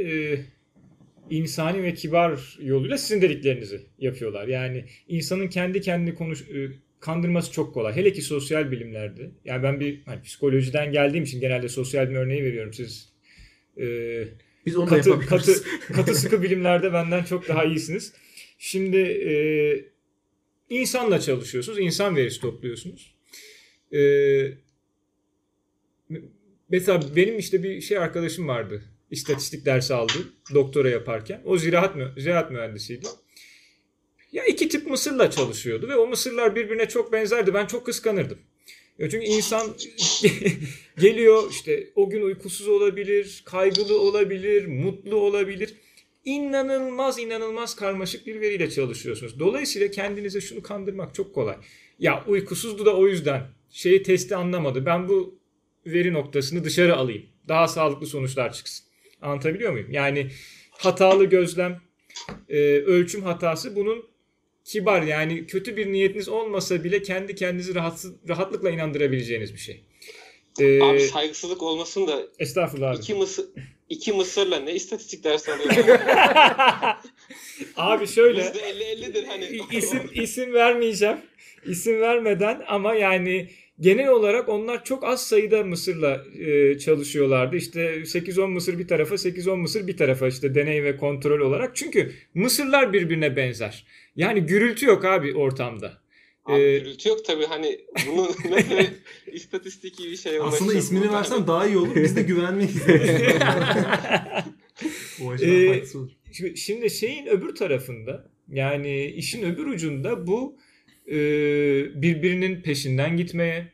Speaker 4: insani ve kibar yoluyla sizin dediklerinizi yapıyorlar. Yani insanın kendi kendini kandırması çok kolay. Hele ki sosyal bilimlerde. Yani ben psikolojiden geldiğim için genelde sosyal bir örneği veriyorum. Siz
Speaker 3: biz onu
Speaker 4: katı sıkı bilimlerde benden çok daha iyisiniz. Şimdi insanla çalışıyorsunuz. İnsan verisi topluyorsunuz. Mesela benim bir arkadaşım vardı. İstatistik dersi aldı doktora yaparken. O ziraat mühendisiydi. Ya 2 tip mısırla çalışıyordu ve o mısırlar birbirine çok benzerdi. Ben çok kıskanırdım. Çünkü insan geliyor o gün uykusuz olabilir, kaygılı olabilir, mutlu olabilir. İnanılmaz karmaşık bir veriyle çalışıyorsunuz. Dolayısıyla kendinize şunu kandırmak çok kolay. Ya uykusuzdu da o yüzden testi anlamadı. Ben bu veri noktasını dışarı alayım. Daha sağlıklı sonuçlar çıksın. Anlatabiliyor muyum? Yani hatalı gözlem, ölçüm hatası bunun kibar, yani kötü bir niyetiniz olmasa bile kendi kendinizi rahatlıkla inandırabileceğiniz bir şey.
Speaker 5: Abi saygısızlık olmasın da
Speaker 4: estağfurullah abi.
Speaker 5: İki mısırla ne istatistik dersi alıyorsun?
Speaker 4: Abi şöyle
Speaker 5: %50-50'dir hani.
Speaker 4: isim vermeyeceğim. İsim vermeden ama yani genel olarak onlar çok az sayıda mısırla çalışıyorlardı. 8-10 mısır bir tarafa, 8-10 mısır bir tarafa deney ve kontrol olarak. Çünkü mısırlar birbirine benzer. Yani gürültü yok abi ortamda.
Speaker 5: Abi gürültü yok tabii, hani bunu nasıl istatistiki bir şey
Speaker 2: aslında ismini versen daha iyi olur. Biz de güvenmeyiz. O açıdan faydası olur.
Speaker 4: Şimdi şeyin öbür tarafında, yani işin öbür ucunda bu birbirinin peşinden gitmeye,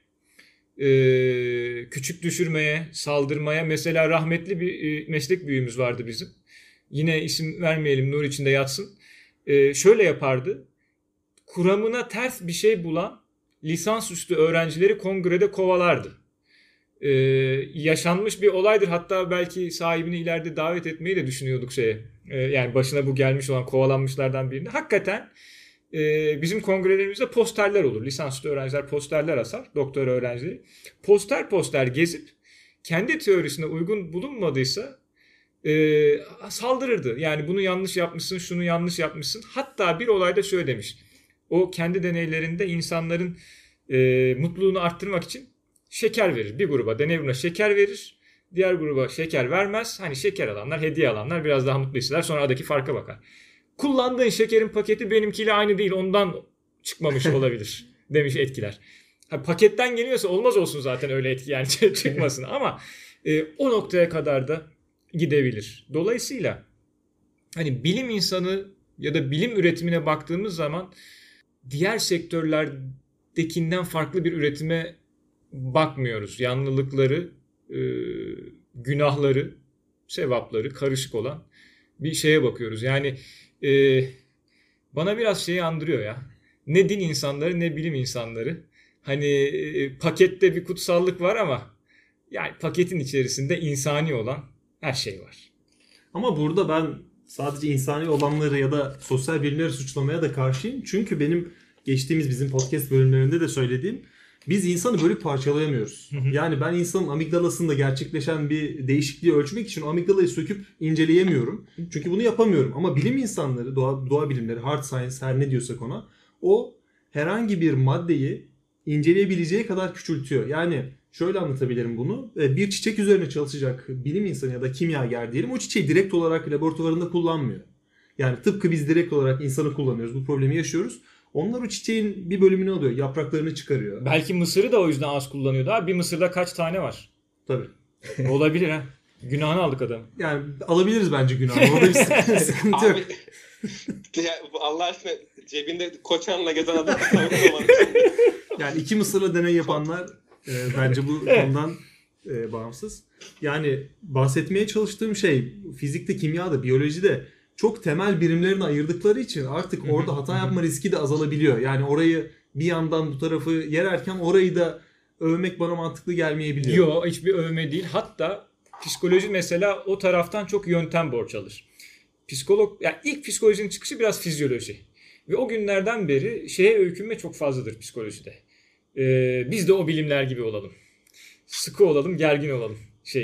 Speaker 4: küçük düşürmeye, saldırmaya. Mesela rahmetli bir meslek büyüğümüz vardı bizim. Yine isim vermeyelim, nur içinde yatsın. Şöyle yapardı. Kuramına ters bir şey bulan lisansüstü öğrencileri kongrede kovalardı. Yaşanmış bir olaydır. Hatta belki sahibini ileride davet etmeyi de düşünüyorduk şeye. Yani başına bu gelmiş olan kovalanmışlardan birinde. Hakikaten bizim kongrelerimizde posterler olur. Lisansüstü öğrenciler posterler asar. Doktora öğrencileri. Poster gezip kendi teorisine uygun bulunmadıysa saldırırdı. Yani bunu yanlış yapmışsın, şunu yanlış yapmışsın. Hatta bir olayda şöyle demiş. O kendi deneylerinde insanların mutluluğunu arttırmak için şeker verir. Bir gruba, deney grubuna şeker verir. Diğer gruba şeker vermez. Hani şeker alanlar, hediye alanlar biraz daha mutlu hisseder. Sonra aradaki farka bakar. Kullandığın şekerin paketi benimkiyle aynı değil. Ondan çıkmamış olabilir demiş etkiler. Paketten geliyorsa olmaz olsun zaten öyle etki yani çıkmasın. Ama o noktaya kadar da gidebilir. Dolayısıyla hani bilim insanı ya da bilim üretimine baktığımız zaman diğer sektörlerdekinden farklı bir üretime bakmıyoruz. Yanlılıkları, günahları, sevapları karışık olan bir şeye bakıyoruz. Yani bana biraz şeyi andırıyor ya. Ne din insanları ne bilim insanları. Hani pakette bir kutsallık var ama yani paketin içerisinde insani olan her şey var.
Speaker 2: Ama burada ben sadece insani olanları ya da sosyal bilimleri suçlamaya da karşıyım. Çünkü benim geçtiğimiz bizim podcast bölümlerinde de söylediğim, biz insanı böyle parçalayamıyoruz. Yani ben insanın amigdalasında gerçekleşen bir değişikliği ölçmek için o amigdalayı söküp inceleyemiyorum. Çünkü bunu yapamıyorum. Ama bilim insanları, doğa bilimleri, hard science her ne diyorsak ona, o herhangi bir maddeyi inceleyebileceği kadar küçültüyor. Yani şöyle anlatabilirim bunu. Bir çiçek üzerine çalışacak bilim insanı ya da kimyager diyelim, o çiçeği direkt olarak laboratuvarında kullanmıyor. Yani tıpkı biz direkt olarak insanı kullanıyoruz. Bu problemi yaşıyoruz. Onlar o çiçeğin bir bölümünü alıyor. Yapraklarını çıkarıyor.
Speaker 4: Belki mısırı da o yüzden az kullanıyordu. Abi bir mısırda kaç tane var?
Speaker 2: Tabii.
Speaker 4: Olabilir ha. Günahını aldık adam.
Speaker 2: Yani alabiliriz bence günahını. Orada bir sıkıntı yok.
Speaker 5: Ya, Allah aşkına cebinde koçanla gezen adam.
Speaker 2: Yani 2 mısırla deney yapanlar bence bu konudan bağımsız. Yani bahsetmeye çalıştığım şey fizikte, kimyada, biyolojide çok temel birimlerini ayırdıkları için artık orada hata yapma riski de azalabiliyor. Yani orayı bir yandan bu tarafı yererken orayı da övmek bana mantıklı gelmeyebiliyor.
Speaker 4: Yok, hiçbir övme değil. Hatta psikoloji mesela o taraftan çok yöntem borç alır. Yani ilk psikolojinin çıkışı biraz fizyoloji. Ve o günlerden beri şeye öykünme çok fazladır psikolojide. Biz de o bilimler gibi olalım. Sıkı olalım, gergin olalım.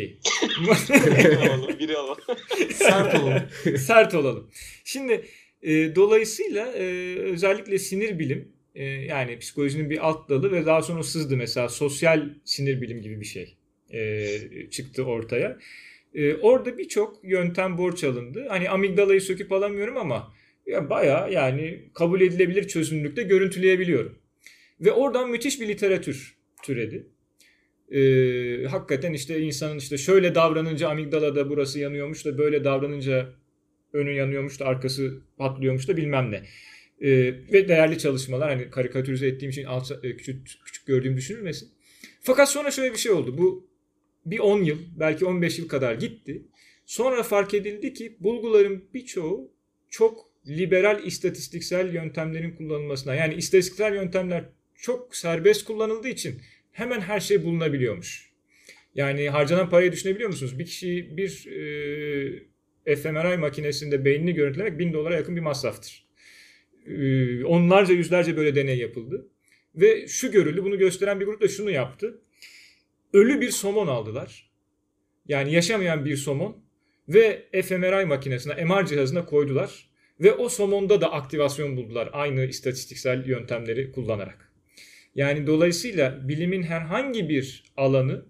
Speaker 5: Biri alalım.
Speaker 2: Sert olalım.
Speaker 4: Sert olalım. Şimdi dolayısıyla özellikle sinir bilim, yani psikolojinin bir alt dalı ve daha sonra sızdı mesela sosyal sinir bilim gibi bir şey çıktı ortaya. Orada birçok yöntem borç alındı. Hani amigdalayı söküp alamıyorum ama bayağı yani kabul edilebilir çözünürlükte görüntüleyebiliyorum. Ve oradan müthiş bir literatür türedi. Hakikaten işte insanın işte şöyle davranınca amigdalada burası yanıyormuş da böyle davranınca önü yanıyormuş da arkası patlıyormuş da bilmem ne. Ve değerli çalışmalar, hani karikatürize ettiğim için küçük gördüğüm düşünülmesin. Fakat sonra şöyle bir şey oldu. Bu bir 10 yıl belki 15 yıl kadar gitti. Sonra fark edildi ki bulguların birçoğu çok liberal istatistiksel yöntemlerin kullanılmasına, yani istatistiksel yöntemler çok serbest kullanıldığı için hemen her şey bulunabiliyormuş. Yani harcanan parayı düşünebiliyor musunuz? Bir kişi bir fMRI makinesinde beynini görüntülemek $1000'a yakın bir masraftır. Onlarca yüzlerce böyle deney yapıldı. Ve şu görüldü, bunu gösteren bir grup da şunu yaptı. Ölü bir somon aldılar. Yani yaşamayan bir somon ve fMRI makinesine, MR cihazına koydular. Ve o somonda da aktivasyon buldular aynı istatistiksel yöntemleri kullanarak. Yani dolayısıyla bilimin herhangi bir alanı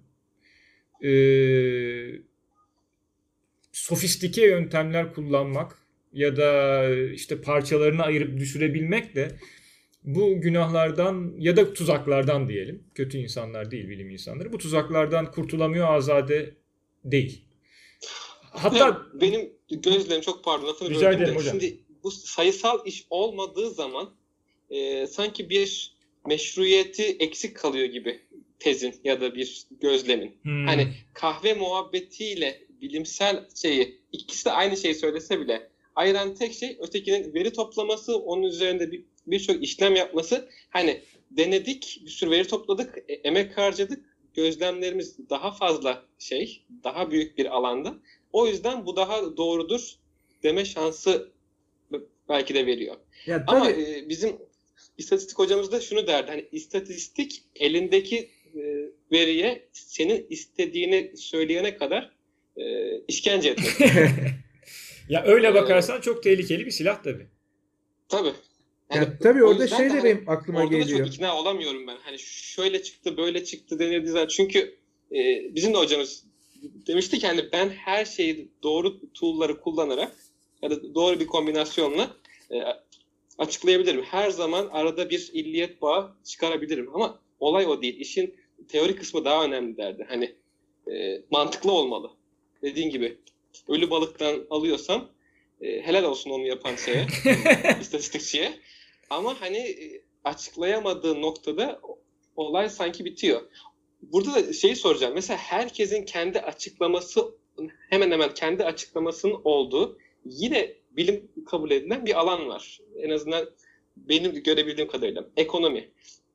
Speaker 4: sofistike yöntemler kullanmak ya da işte parçalarını ayırıp düşürebilmek de bu günahlardan ya da tuzaklardan diyelim. Kötü insanlar değil bilim insanları. Bu tuzaklardan kurtulamıyor, azade değil. Hatta
Speaker 5: benim gözlemim, çok pardon lafını
Speaker 4: rica
Speaker 5: böldüm
Speaker 4: ederim
Speaker 5: de,
Speaker 4: hocam.
Speaker 5: şimdi bu sayısal iş olmadığı zaman sanki bir meşruiyeti eksik kalıyor gibi tezin ya da bir gözlemin. Hani kahve muhabbetiyle bilimsel şeyi, ikisi de aynı şeyi söylese bile ayıran tek şey ötekinin veri toplaması, onun üzerinde birçok işlem yapması. Hani denedik, bir sürü veri topladık, emek harcadık, gözlemlerimiz daha fazla daha büyük bir alanda. O yüzden bu daha doğrudur deme şansı belki de veriyor.
Speaker 3: Ya,
Speaker 5: ama bizim istatistik hocamız da şunu derdi. Hani istatistik elindeki veriye senin istediğini söyleyene kadar işkence etmek.
Speaker 4: Ya öyle bakarsan çok tehlikeli bir silah tabii.
Speaker 5: Tabii.
Speaker 3: Yani tabii orada şey de benim aklıma
Speaker 5: orada
Speaker 3: geliyor.
Speaker 5: Orada çok ikna olamıyorum ben. Hani şöyle çıktı, böyle çıktı denirdi zaten. Çünkü bizim de hocamız demişti ki hani ben her şeyi doğru tool'ları kullanarak ya da doğru bir kombinasyonla açıklayabilirim. Her zaman arada bir illiyet bağı çıkarabilirim. Ama olay o değil. İşin teori kısmı daha önemli derdi. Hani mantıklı olmalı. Dediğin gibi ölü balıktan alıyorsam helal olsun onu yapan şeye, istatistikçiye. Ama hani açıklayamadığı noktada olay sanki bitiyor. Burada da şeyi soracağım. Mesela herkesin kendi açıklaması, hemen hemen kendi açıklamasının olduğu yine bilim kabul edilen bir alan var. En azından benim görebildiğim kadarıyla. Ekonomi.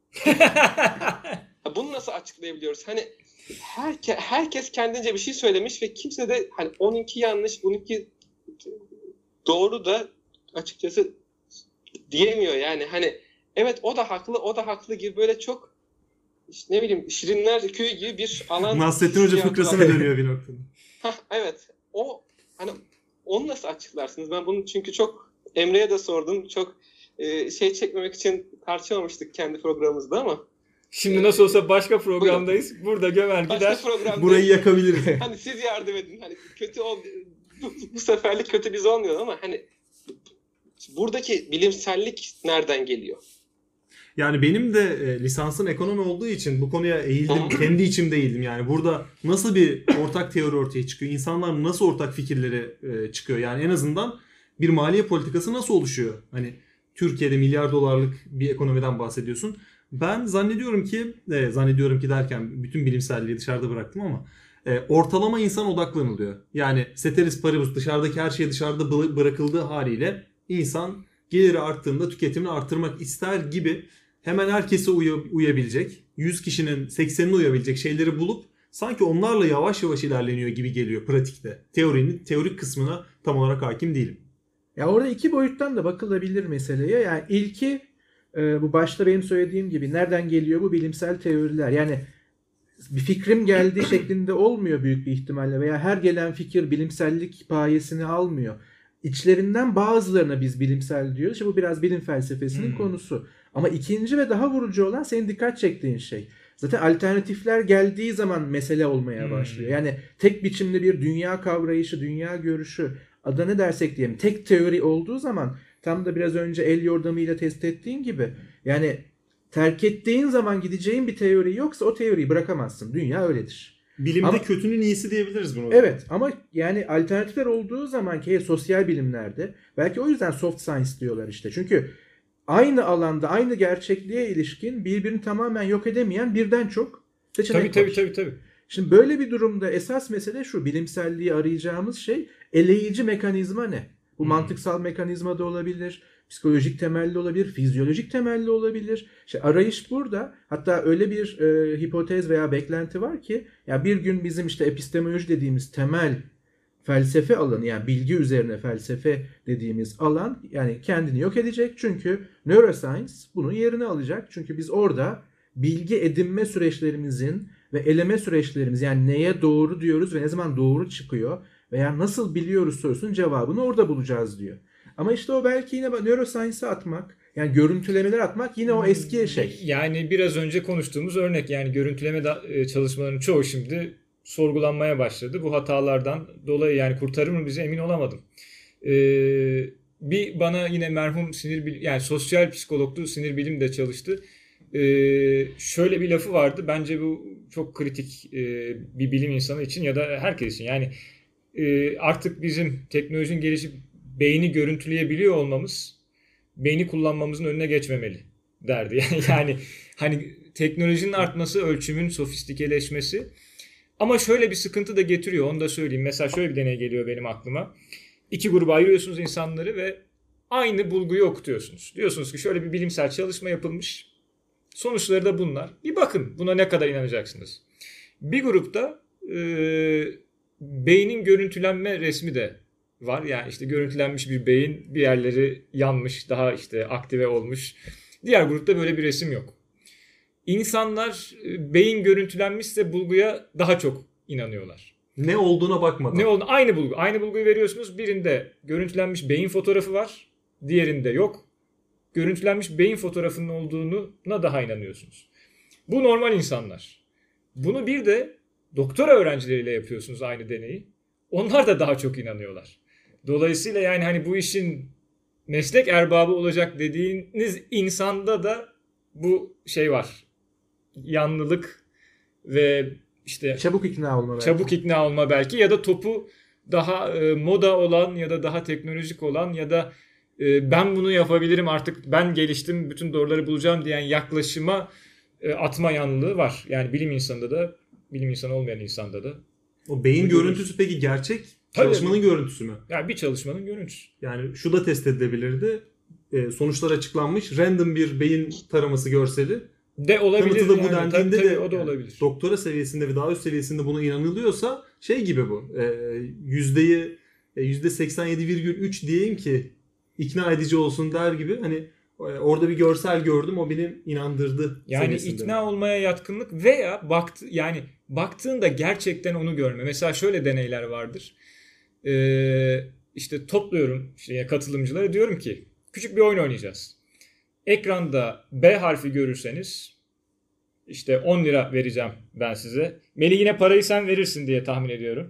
Speaker 5: Bunu nasıl açıklayabiliyoruz? Hani herkes kendince bir şey söylemiş ve kimse de hani onunki yanlış, bununki doğru da açıkçası diyemiyor yani. Hani evet o da haklı, o da haklı gibi böyle çok işte ne bileyim Şirinler Köyü gibi bir alan.
Speaker 2: Nasrettin Hoca fıkrasına dönüyor bir noktada.
Speaker 5: Evet. O hani onu nasıl açıklarsınız? Ben bunu çünkü çok Emre'ye de sordum. Çok çekmemek için tartışamamıştık kendi programımızda ama.
Speaker 4: Şimdi nasıl olsa başka programdayız. Buyurun. Burada gömer gider.
Speaker 2: Burayı yakabiliriz.
Speaker 5: Hani siz yardım edin. Hani kötü bu seferlik kötü biz olmuyor ama hani buradaki bilimsellik nereden geliyor?
Speaker 2: Yani benim de lisansım ekonomi olduğu için bu konuya eğildim. Kendi içimde eğildim. Yani burada nasıl bir ortak teori ortaya çıkıyor? İnsanlar nasıl ortak fikirleri çıkıyor? Yani en azından bir maliye politikası nasıl oluşuyor? Hani Türkiye'de milyar dolarlık bir ekonomiden bahsediyorsun. Ben zannediyorum ki derken bütün bilimselliği dışarıda bıraktım ama ortalama insan odaklanılıyor. Yani ceteris paribus, dışarıdaki her şey dışarıda bırakıldığı haliyle insan geliri arttığında tüketimini artırmak ister gibi hemen herkese uyabilecek, 100 kişinin 80'ine uyabilecek şeyleri bulup sanki onlarla yavaş yavaş ilerleniyor gibi geliyor pratikte. Teorik kısmına tam olarak hakim değilim.
Speaker 3: Ya orada iki boyuttan da bakılabilir meseleye. Yani ilki bu başta benim söylediğim gibi nereden geliyor bu bilimsel teoriler? Yani bir fikrim geldiği şeklinde olmuyor büyük bir ihtimalle veya her gelen fikir bilimsellik payesini almıyor. İçlerinden bazılarına biz bilimsel diyoruz. İşte bu biraz bilim felsefesinin konusu. Ama ikinci ve daha vurucu olan senin dikkat çektiğin şey. Zaten alternatifler geldiği zaman mesele olmaya başlıyor. Yani tek biçimli bir dünya kavrayışı, dünya görüşü, adına ne dersek diyelim, tek teori olduğu zaman tam da biraz önce el yordamıyla test ettiğin gibi yani terk ettiğin zaman gideceğin bir teori yoksa o teoriyi bırakamazsın. Dünya öyledir.
Speaker 2: Bilimde kötünün iyisi diyebiliriz bunu.
Speaker 3: Evet ama yani alternatifler olduğu zaman ki sosyal bilimlerde belki o yüzden soft science diyorlar işte. Çünkü aynı alanda aynı gerçekliğe ilişkin birbirini tamamen yok edemeyen birden çok seçenek var.
Speaker 4: Tabii.
Speaker 3: Şimdi böyle bir durumda esas mesele şu: bilimselliği arayacağımız şey eleyici mekanizma ne? Bu mantıksal mekanizma da olabilir, psikolojik temelli olabilir, fizyolojik temelli olabilir. İşte arayış burada. Hatta öyle bir hipotez veya beklenti var ki ya bir gün bizim işte epistemoloji dediğimiz temel felsefe alanı, yani bilgi üzerine felsefe dediğimiz alan yani kendini yok edecek. Çünkü neuroscience bunun yerini alacak. Çünkü biz orada bilgi edinme süreçlerimizin ve eleme süreçlerimiz, yani neye doğru diyoruz ve ne zaman doğru çıkıyor veya nasıl biliyoruz sorusunun cevabını orada bulacağız diyor. Ama işte o belki yine neuroscience'a atmak, yani görüntülemeler atmak yine o eski şey.
Speaker 4: Yani biraz önce konuştuğumuz örnek, yani görüntüleme çalışmalarının çoğu şimdi sorgulanmaya başladı. Bu hatalardan dolayı yani kurtarır mı bizi emin olamadım. Bir bana yine merhum yani sosyal psikologtu, sinir bilim de çalıştı. Şöyle bir lafı vardı. Bence bu çok kritik bir bilim insanı için ya da herkes için. Yani artık bizim teknolojinin gelişip beyni görüntüleyebiliyor olmamız beyni kullanmamızın önüne geçmemeli derdi. Yani hani teknolojinin artması, ölçümün sofistikeleşmesi. Ama şöyle bir sıkıntı da getiriyor, onu da söyleyeyim. Mesela şöyle bir deney geliyor benim aklıma. 2 gruba ayırıyorsunuz insanları ve aynı bulguyu okutuyorsunuz. Diyorsunuz ki şöyle bir bilimsel çalışma yapılmış. Sonuçları da bunlar. Bir bakın buna ne kadar inanacaksınız. Bir grupta beynin görüntülenme resmi de var. Yani işte görüntülenmiş bir beyin, bir yerleri yanmış, daha işte aktive olmuş. Diğer grupta böyle bir resim yok. İnsanlar beyin görüntülenmişse bulguya daha çok inanıyorlar.
Speaker 2: Ne olduğuna bakmadan.
Speaker 4: Ne oldu? Aynı bulgu. Aynı bulguyu veriyorsunuz. Birinde görüntülenmiş beyin fotoğrafı var. Diğerinde yok. Görüntülenmiş beyin fotoğrafının olduğuna daha inanıyorsunuz. Bu normal insanlar. Bunu bir de doktora öğrencileriyle yapıyorsunuz aynı deneyi. Onlar da daha çok inanıyorlar. Dolayısıyla yani hani bu işin meslek erbabı olacak dediğiniz insanda da bu şey var. Yanlılık ve işte
Speaker 3: Çabuk ikna olma belki.
Speaker 4: Çabuk ikna olma belki ya da topu daha moda olan ya da daha teknolojik olan ya da ben bunu yapabilirim artık ben geliştim bütün doğruları bulacağım diyen yaklaşıma atma yanlılığı var. Yani bilim insanında da bilim insanı olmayan insanda da.
Speaker 2: O beyin görüntüsü peki gerçek çalışmanın görüntüsü mü?
Speaker 4: Yani bir çalışmanın görüntüsü.
Speaker 2: Yani şu da test edilebilirdi. Sonuçlar açıklanmış. Random bir beyin taraması görseli.
Speaker 4: De olabilir.
Speaker 2: Kanıtı da bu
Speaker 4: yani.
Speaker 2: dendiğinde
Speaker 4: Tabii,
Speaker 2: de
Speaker 4: o da
Speaker 2: yani
Speaker 4: olabilir.
Speaker 2: doktora seviyesinde ve daha üst seviyesinde buna inanılıyorsa şey gibi bu. %87,3 diyeyim ki ikna edici olsun der gibi hani orada bir görsel gördüm o beni inandırdı.
Speaker 4: Yani ikna olmaya yatkınlık veya baktığında gerçekten onu görme. Mesela şöyle deneyler vardır. İşte topluyorum katılımcıları diyorum ki küçük bir oyun oynayacağız. Ekranda B harfi görürseniz işte 10 lira vereceğim ben size. Melih yine parayı sen verirsin diye tahmin ediyorum.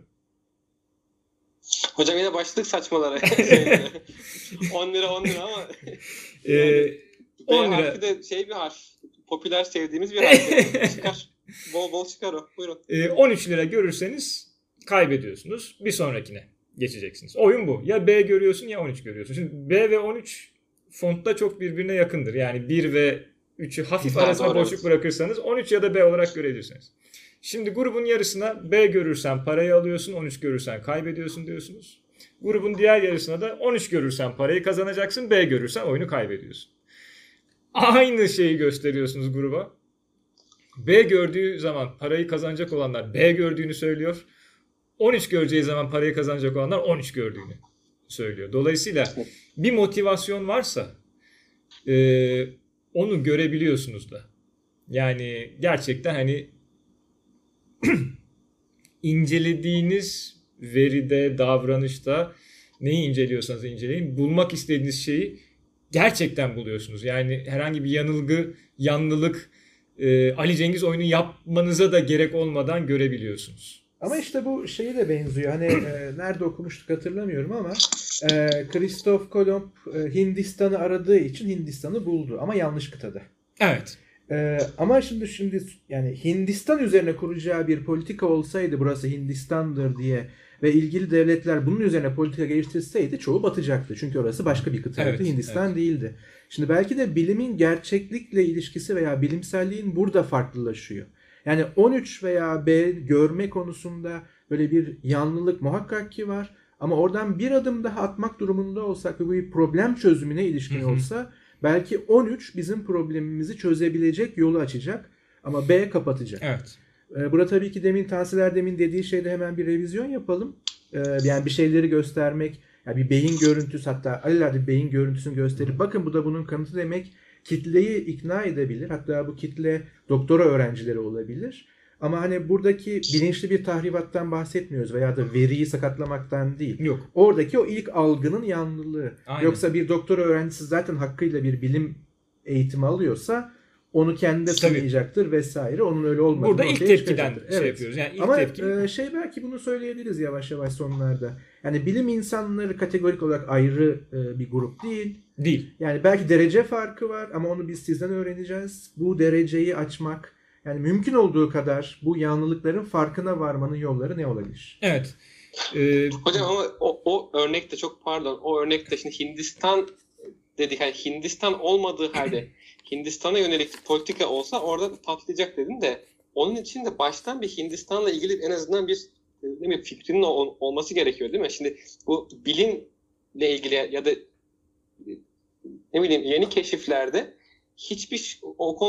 Speaker 5: Hocam yine başladık saçmalara. 10 lira ama
Speaker 4: Yani, 10
Speaker 5: B
Speaker 4: lira.
Speaker 5: harfi de bir harf. Popüler sevdiğimiz bir harf. Çıkar. Bol bol çıkar o. Buyurun.
Speaker 4: 13 lira görürseniz kaybediyorsunuz. Bir sonrakine geçeceksiniz. Oyun bu. Ya B görüyorsun ya 13 görüyorsun. Şimdi B ve 13 fontta çok birbirine yakındır. Yani 1 ve 3'ü hafif arasında boşluk bırakırsanız 13 ya da B olarak görebilirsiniz. Şimdi grubun yarısına B görürsen parayı alıyorsun, 13 görürsen kaybediyorsun diyorsunuz. Grubun diğer yarısına da 13 görürsen parayı kazanacaksın, B görürsen oyunu kaybediyorsun. Aynı şeyi gösteriyorsunuz gruba. B gördüğü zaman parayı kazanacak olanlar B gördüğünü söylüyor. 13 göreceği zaman parayı kazanacak olanlar 13 gördüğünü söylüyor. Dolayısıyla bir motivasyon varsa onu görebiliyorsunuz da. Yani gerçekten hani incelediğiniz veride, davranışta neyi inceliyorsanız inceleyin. Bulmak istediğiniz şeyi gerçekten buluyorsunuz. Yani herhangi bir yanlılık, Ali Cengiz oyunu yapmanıza da gerek olmadan görebiliyorsunuz.
Speaker 3: Ama işte bu şeye de benziyor. Hani nerede okumuştuk hatırlamıyorum ama Christoph Kolomb Hindistan'ı aradığı için Hindistan'ı buldu ama yanlış kıtada.
Speaker 4: Evet.
Speaker 3: Ama şimdi yani Hindistan üzerine kuracağı bir politika olsaydı burası Hindistan'dır diye ve ilgili devletler bunun üzerine politika geliştirseydi çoğu batacaktı. Çünkü orası başka bir kıtaydı.
Speaker 4: Evet,
Speaker 3: Hindistan değildi. Şimdi belki de bilimin gerçeklikle ilişkisi veya bilimselliğin burada farklılaşıyor. Yani 13 veya B görme konusunda böyle bir yanlılık muhakkak ki var. Ama oradan bir adım daha atmak durumunda olsak ve bu bir problem çözümüne ilişkin olsa belki 13 bizim problemimizi çözebilecek yolu açacak ama B kapatacak.
Speaker 4: Evet.
Speaker 3: Burada tabii ki Tansiler dediği şeyde hemen bir revizyon yapalım. Yani bir şeyleri göstermek, yani bir beyin görüntüsü hatta alelade bir beyin görüntüsünü gösterip bakın bu da bunun kanıtı demek kitleyi ikna edebilir. Hatta bu kitle doktora öğrencileri olabilir. Ama hani buradaki bilinçli bir tahribattan bahsetmiyoruz veya da veriyi sakatlamaktan değil.
Speaker 4: Yok.
Speaker 3: Oradaki o ilk algının yanlılığı.
Speaker 4: Aynen.
Speaker 3: Yoksa bir doktora öğrencisi zaten hakkıyla bir bilim eğitimi alıyorsa onu kendi de tanıyacaktır vesaire. Onun öyle olmadığını
Speaker 4: burada ilk tepkiden yapıyoruz. Yani ilk
Speaker 3: ama
Speaker 4: tepki.
Speaker 3: belki bunu söyleyebiliriz yavaş yavaş sonlarda. Yani bilim insanları kategorik olarak ayrı bir grup değil.
Speaker 4: Değil.
Speaker 3: Yani belki derece farkı var ama onu biz sizden öğreneceğiz. Bu dereceyi açmak, yani mümkün olduğu kadar bu yanlılıkların farkına varmanın yolları ne olabilir?
Speaker 4: Evet.
Speaker 5: Hocam ama o örnekte çok pardon, o örnekte şimdi Hindistan dedik, yani Hindistan olmadığı halde Hindistan'a yönelik politika olsa orada patlayacak dedin de, onun için de baştan bir Hindistan'la ilgili en azından bir değil mi, fikrinin olması gerekiyor değil mi? Şimdi bu bilimle ilgili ya da ne bileyim yeni keşiflerde hiçbir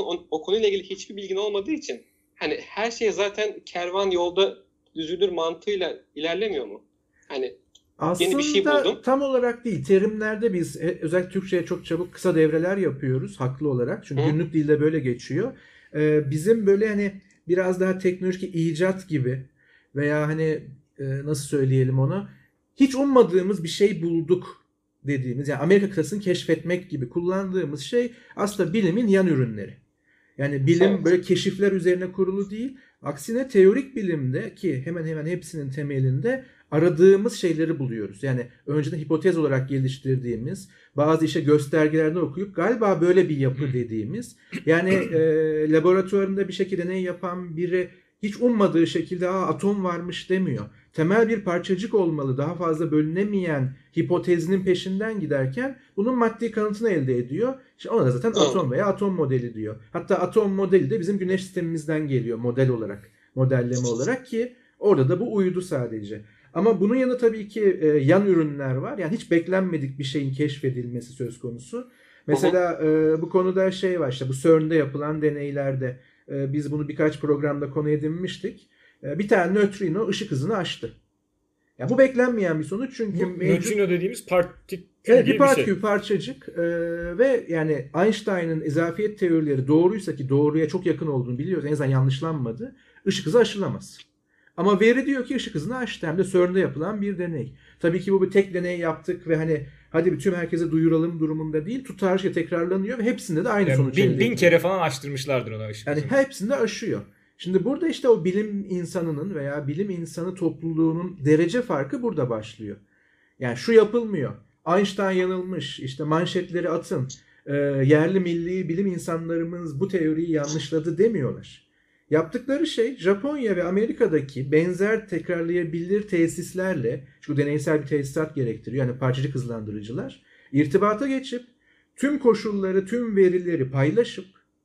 Speaker 5: o konuyla ilgili hiçbir bilgin olmadığı için hani her şey zaten kervan yolda düzülür mantığıyla ilerlemiyor mu? Hani
Speaker 3: aslında
Speaker 5: yeni bir şey buldum.
Speaker 3: tam olarak değil. Terimlerde biz özellikle Türkçe'ye çok çabuk kısa devreler yapıyoruz haklı olarak. Çünkü günlük dilde böyle geçiyor. Bizim böyle hani biraz daha teknolojik icat gibi veya hani nasıl söyleyelim onu, hiç ummadığımız bir şey bulduk dediğimiz, yani Amerika kıtasını keşfetmek gibi kullandığımız şey aslında bilimin yan ürünleri. Yani bilim böyle keşifler üzerine kurulu değil. Aksine teorik bilimde, ki hemen hemen hepsinin temelinde aradığımız şeyleri buluyoruz. Yani önceden hipotez olarak geliştirdiğimiz, bazı işte göstergelerden okuyup galiba böyle bir yapı dediğimiz, yani laboratuvarında bir şekilde deney yapan biri hiç ummadığı şekilde atom varmış demiyor. Temel bir parçacık olmalı, daha fazla bölünemeyen hipotezinin peşinden giderken bunun maddi kanıtını elde ediyor. İşte ona da zaten atom veya atom modeli diyor. Hatta atom modeli de bizim güneş sistemimizden geliyor model olarak, modelleme olarak, ki orada da bu uydu sadece. Ama bunun yanında tabii ki yan ürünler var. Yani hiç beklenmedik bir şeyin keşfedilmesi söz konusu. Mesela bu konuda şey var, işte bu CERN'de yapılan deneylerde biz bunu birkaç programda konu edinmiştik. Bir tane nötrino ışık hızını aştı. Yani bu beklenmeyen bir sonuç, çünkü
Speaker 4: nötrino dediğimiz partikül
Speaker 3: evet,
Speaker 4: gibi
Speaker 3: bir partikül,
Speaker 4: bir şey.
Speaker 3: Parçacık ve yani Einstein'ın izafiyet teorileri doğruysa, ki doğruya çok yakın olduğunu biliyoruz, en azından yanlışlanmadı, ışık hızı aşılamaz. Ama veri diyor ki ışık hızını aştı, hem de CERN'de yapılan bir deney. Tabii ki bu bir tek deney yaptık ve hani hadi bütün herkese duyuralım durumunda değil, tutarlı şey tekrarlanıyor ve hepsinde de aynı sonuç elde ediyor.
Speaker 4: Bin kere falan aştırmışlardır ona ışık hızını.
Speaker 3: Yani hepsinde aşıyor. Şimdi burada işte o bilim insanının veya bilim insanı topluluğunun derece farkı burada başlıyor. Yani şu yapılmıyor. Einstein yanılmış, işte manşetleri atın, yerli milli bilim insanlarımız bu teoriyi yanlışladı demiyorlar. Yaptıkları şey, Japonya ve Amerika'daki benzer tekrarlayabilir tesislerle, çünkü deneysel bir tesisat gerektiriyor, yani parçacık hızlandırıcılar, irtibata geçip tüm koşulları, tüm verileri paylaşıp,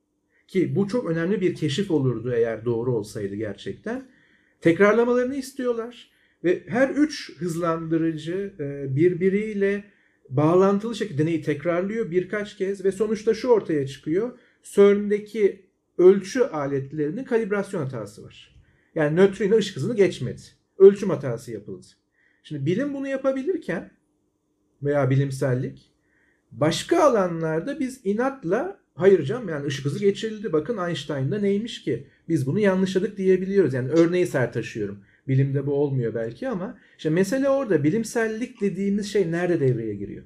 Speaker 3: ki bu çok önemli bir keşif olurdu eğer doğru olsaydı gerçekten, tekrarlamalarını istiyorlar. Ve her 3 hızlandırıcı birbiriyle bağlantılı şekilde deneyi tekrarlıyor birkaç kez ve sonuçta şu ortaya çıkıyor: CERN'deki ölçü aletlerinin kalibrasyon hatası var. Yani nötrino ışık hızını geçmedi. Ölçüm hatası yapıldı. Şimdi bilim bunu yapabilirken veya bilimsellik, başka alanlarda biz inatla hayır canım, yani ışık hızı geçirildi, bakın Einstein'da neymiş ki biz bunu yanlışladık diyebiliyoruz. Yani örneği sert taşıyorum. Bilimde bu olmuyor belki ama işte mesele orada. Bilimsellik dediğimiz şey nerede devreye giriyor?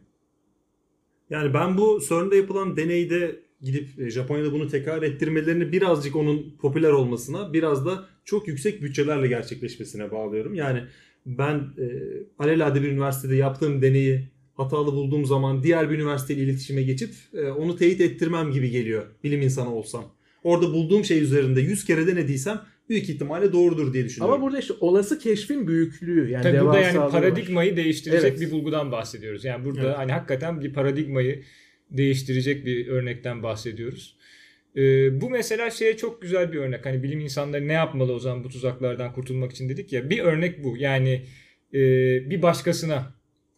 Speaker 2: Yani ben bu CERN'de yapılan deneyde gidip Japonya'da bunu tekrar ettirmelerini birazcık onun popüler olmasına, biraz da çok yüksek bütçelerle gerçekleşmesine bağlıyorum. Yani ben alelade bir üniversitede yaptığım deneyi hatalı bulduğum zaman diğer bir üniversiteyle iletişime geçip onu teyit ettirmem gibi geliyor bilim insanı olsam. Orada bulduğum şey üzerinde 100 kere denediysem büyük ihtimalle doğrudur diye düşünüyorum.
Speaker 3: Ama burada işte olası keşfin büyüklüğü, yani
Speaker 4: tabii burada yani
Speaker 3: var.
Speaker 4: paradigmayı değiştirecek
Speaker 3: Evet.
Speaker 4: bir bulgudan bahsediyoruz. Yani burada
Speaker 2: Evet.
Speaker 4: hani hakikaten bir paradigmayı değiştirecek bir örnekten bahsediyoruz. Bu mesela şeye çok güzel bir örnek. Hani bilim insanları ne yapmalı o zaman bu tuzaklardan kurtulmak için dedik ya. Bir örnek bu. Yani bir başkasına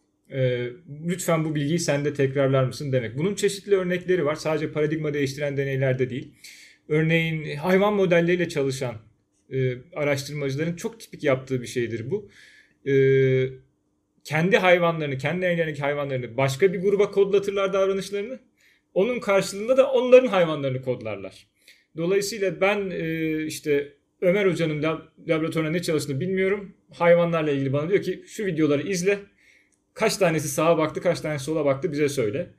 Speaker 4: lütfen bu bilgiyi sen de tekrarlar mısın demek. Bunun çeşitli örnekleri var. Sadece paradigma değiştiren deneylerde değil. Örneğin hayvan modelleriyle çalışan araştırmacıların çok tipik yaptığı bir şeydir bu. Kendi hayvanlarını, kendi ellerindeki hayvanlarını başka bir gruba kodlatırlar davranışlarını. Onun karşılığında da onların hayvanlarını kodlarlar. Dolayısıyla ben işte Ömer Hoca'nın laboratuvarında ne çalıştığını bilmiyorum. Hayvanlarla ilgili bana diyor ki şu videoları izle. Kaç tanesi sağa baktı, kaç tanesi sola baktı bize söyle.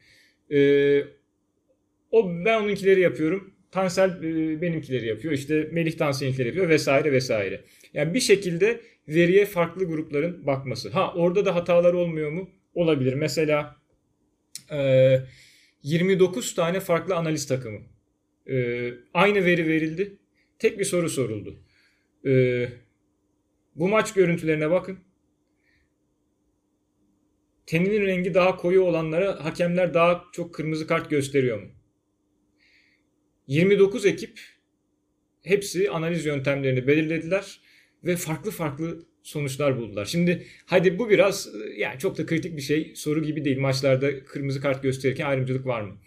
Speaker 4: Ben onunkileri yapıyorum. Tansel benimkileri yapıyor. İşte Melih Tansel'inkileri yapıyor vesaire vesaire. Yani bir şekilde veriye farklı grupların bakması. Orada da hatalar olmuyor mu? Olabilir. Mesela 29 tane farklı analiz takımı. Aynı veri verildi. Tek bir soru soruldu. Bu maç görüntülerine bakın. teninin rengi daha koyu olanlara hakemler daha çok kırmızı kart gösteriyor mu? 29 ekip hepsi analiz yöntemlerini belirlediler ve farklı farklı sonuçlar buldular. Şimdi hadi bu biraz yani çok da kritik bir şey, soru gibi değil. Maçlarda kırmızı kart gösterirken ayrımcılık var mı?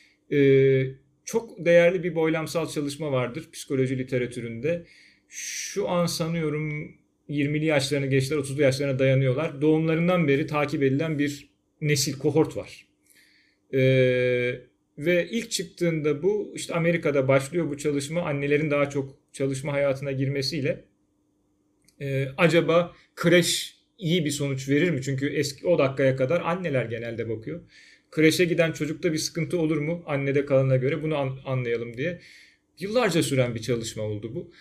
Speaker 4: Çok değerli bir boylamsal çalışma vardır psikoloji literatüründe. Şu an sanıyorum 20'li yaşlarını geçtiler, 30'lu yaşlarına dayanıyorlar. Doğumlarından beri takip edilen bir nesil, kohort var. Ve ilk çıktığında bu işte Amerika'da başlıyor bu çalışma. Annelerin daha çok çalışma hayatına girmesiyle acaba kreş iyi bir sonuç verir mi? Çünkü o dakikaya kadar anneler genelde bakıyor. Kreşe giden çocukta bir sıkıntı olur mu? Annede kalana göre bunu anlayalım diye. Yıllarca süren bir çalışma oldu bu.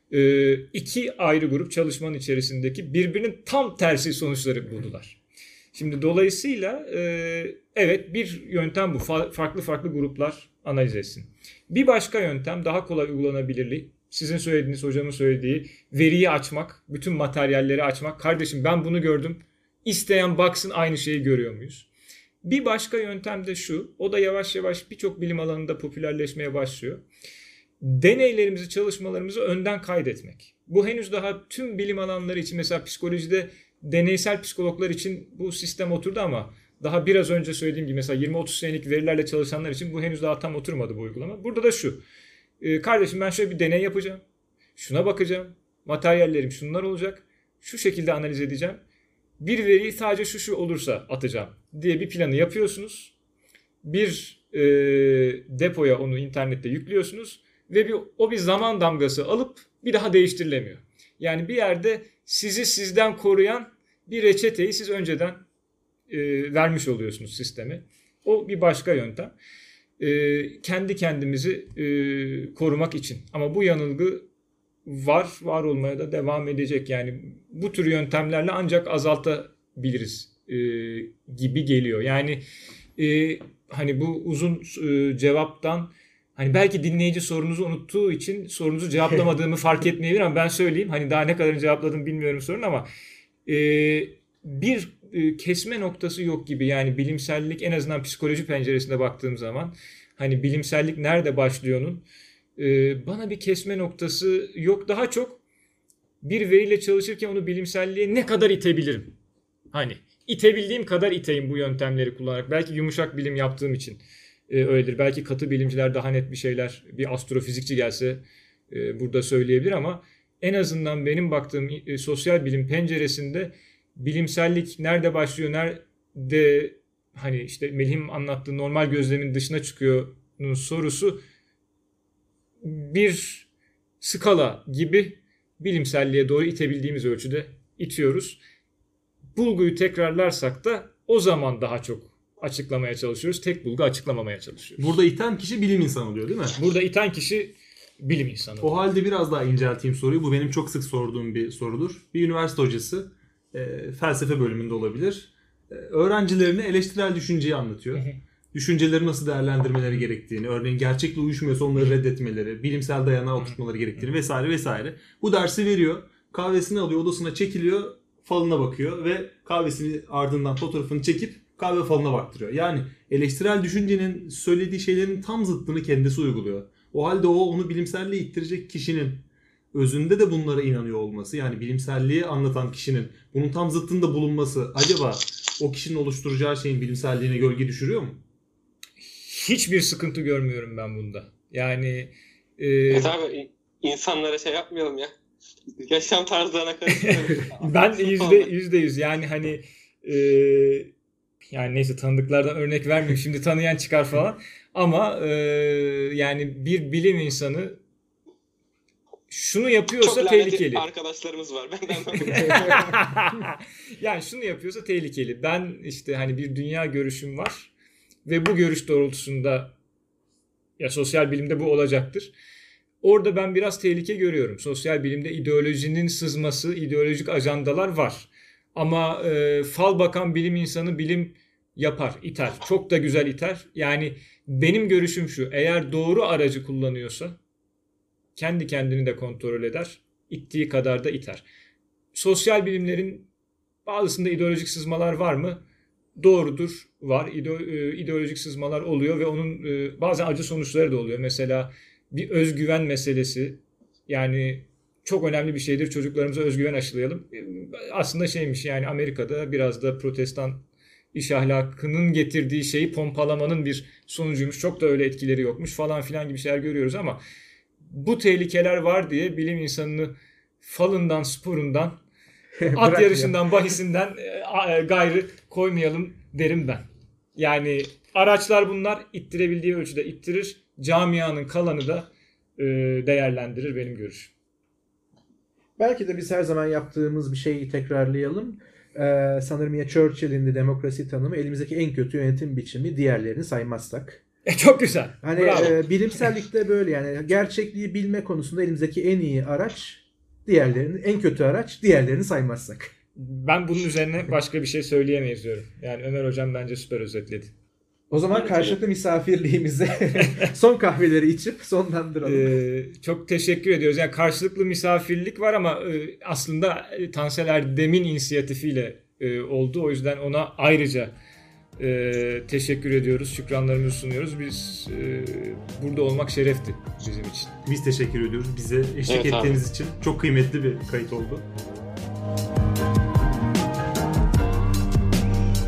Speaker 4: 2 ayrı grup çalışmanın içerisindeki birbirinin tam tersi sonuçları buldular. Şimdi dolayısıyla evet bir yöntem bu. Farklı farklı gruplar analiz etsin. Bir başka yöntem daha kolay uygulanabilirliği. Sizin söylediğiniz, hocamın söylediği veriyi açmak, bütün materyalleri açmak. Kardeşim ben bunu gördüm. İsteyen baksın aynı şeyi görüyor muyuz? Bir başka yöntem de şu. O da yavaş yavaş birçok bilim alanında popülerleşmeye başlıyor. Deneylerimizi, çalışmalarımızı önden kaydetmek. Bu henüz daha tüm bilim alanları için, mesela psikolojide deneysel psikologlar için bu sistem oturdu ama daha biraz önce söylediğim gibi mesela 20-30 senelik verilerle çalışanlar için bu henüz daha tam oturmadı bu uygulama. Burada da şu. Kardeşim ben şöyle bir deney yapacağım. Şuna bakacağım. Materyallerim şunlar olacak. Şu şekilde analiz edeceğim. Bir veriyi sadece şu olursa atacağım diye bir planı yapıyorsunuz. Bir depoya onu internette yüklüyorsunuz ve o bir zaman damgası alıp bir daha değiştirilemiyor. Yani bir yerde sizi sizden koruyan bir reçeteyi siz önceden vermiş oluyorsunuz sisteme. O bir başka yöntem. Kendi kendimizi korumak için. Ama bu yanılgı var olmaya da devam edecek. Yani bu tür yöntemlerle ancak azaltabiliriz gibi geliyor. Yani hani bu uzun cevaptan hani belki dinleyici sorunuzu unuttuğu için sorunuzu cevaplamadığımı fark etmeyebilir ama ben söyleyeyim. Hani daha ne kadarını cevapladım bilmiyorum sorun ama bir kesme noktası yok gibi. Yani bilimsellik en azından psikoloji penceresinde baktığım zaman hani bilimsellik nerede başlıyor'nun bana bir kesme noktası yok. Daha çok bir veriyle çalışırken onu bilimselliğe ne kadar itebilirim? Hani itebildiğim kadar iteyim bu yöntemleri kullanarak. Belki yumuşak bilim yaptığım için öyledir. Belki katı bilimciler daha net bir şeyler, bir astrofizikçi gelse burada söyleyebilir ama en azından benim baktığım sosyal bilim penceresinde bilimsellik nerede başlıyor, nerede hani işte Melih'in anlattığı normal gözlemin dışına çıkıyor'nun sorusu bir skala gibi bilimselliğe doğru itebildiğimiz ölçüde itiyoruz. Bulguyu tekrarlarsak da o zaman daha çok açıklamaya çalışıyoruz. Tek bulgu açıklamamaya çalışıyoruz.
Speaker 2: Burada iten kişi bilim insanı diyor değil mi?
Speaker 4: Burada iten kişi bilim insanı.
Speaker 2: O halde biraz daha incelteyim soruyu. Bu benim çok sık sorduğum bir sorudur. Bir üniversite hocası felsefe bölümünde olabilir. Öğrencilerine eleştirel düşünceyi anlatıyor. Düşünceleri nasıl değerlendirmeleri gerektiğini, örneğin gerçekle uyuşmuyorsa onları reddetmeleri, bilimsel dayanağa oturtmaları gerektiğini vesaire vesaire. Bu dersi veriyor, kahvesini alıyor, odasına çekiliyor, falına bakıyor ve kahvesini ardından fotoğrafını çekip kahve falına baktırıyor. Yani eleştirel düşüncenin söylediği şeylerin tam zıttını kendisi uyguluyor. O halde onu bilimselliğe ittirecek kişinin özünde de bunlara inanıyor olması, yani bilimselliği anlatan kişinin bunun tam zıttında bulunması acaba o kişinin oluşturacağı şeyin bilimselliğine gölge düşürüyor mu?
Speaker 4: Hiçbir sıkıntı görmüyorum ben bunda. Yani
Speaker 5: tabii insanlara şey yapmayalım ya. Yaşam tarzlarına karışmayalım.
Speaker 4: Ben %100 yani hani yani neyse tanıdıklardan örnek vermeyeyim. Şimdi tanıyan çıkar falan. Ama yani bir bilim insanı şunu yapıyorsa
Speaker 5: çok
Speaker 4: tehlikeli.
Speaker 5: Arkadaşlarımız var.
Speaker 4: Yani şunu yapıyorsa tehlikeli. Ben işte hani bir dünya görüşüm var ve bu görüş doğrultusunda ya sosyal bilimde bu olacaktır. Orada ben biraz tehlike görüyorum. Sosyal bilimde ideolojinin sızması, ideolojik ajandalar var. Ama fal bakan bilim insanı bilim yapar, iter. Çok da güzel iter. Yani benim görüşüm şu. Eğer doğru aracı kullanıyorsa kendi kendini de kontrol eder. İttiği kadar da iter. Sosyal bilimlerin bazısında ideolojik sızmalar var mı? doğrudur var. İdeolojik sızmalar oluyor ve onun bazen acı sonuçları da oluyor. Mesela bir özgüven meselesi, yani çok önemli bir şeydir, çocuklarımıza özgüven aşılayalım. Aslında şeymiş, yani Amerika'da biraz da protestan iş ahlakının getirdiği şeyi pompalamanın bir sonucuymuş. Çok da öyle etkileri yokmuş falan filan gibi şeyler görüyoruz ama bu tehlikeler var diye bilim insanını falından, sporundan, at yarışından, bahisinden gayrı koymayalım derim ben. Yani araçlar bunlar, ittirebildiği ölçüde ittirir. Camianın kalanı da değerlendirir benim görüşüm.
Speaker 3: Belki de biz her zaman yaptığımız bir şeyi tekrarlayalım. Sanırım ya Churchill'in de demokrasi tanımı, elimizdeki en kötü yönetim biçimi, diğerlerini saymazsak.
Speaker 4: Çok güzel.
Speaker 3: Hani bilimsellikte böyle, yani gerçekliği bilme konusunda elimizdeki en iyi araç, diğerlerinin en kötü araç, diğerlerini saymazsak.
Speaker 4: Ben bunun üzerine başka bir şey söyleyemeyiz diyorum. Yani Ömer Hocam bence süper özetledi.
Speaker 3: O zaman karşılıklı misafirliğimize son kahveleri içip sonlandıralım.
Speaker 4: Çok teşekkür ediyoruz. Yani karşılıklı misafirlik var ama aslında Tansel Erdem'in inisiyatifiyle oldu. O yüzden ona ayrıca teşekkür ediyoruz. Şükranlarımızı sunuyoruz. Biz burada olmak şerefti bizim için.
Speaker 2: Biz teşekkür ediyoruz. Bize eşlik ettiğiniz için çok kıymetli bir kayıt oldu.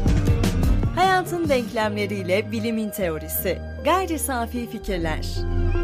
Speaker 1: Hayatın denklemleriyle bilimin teorisi. Gayri safi fikirler.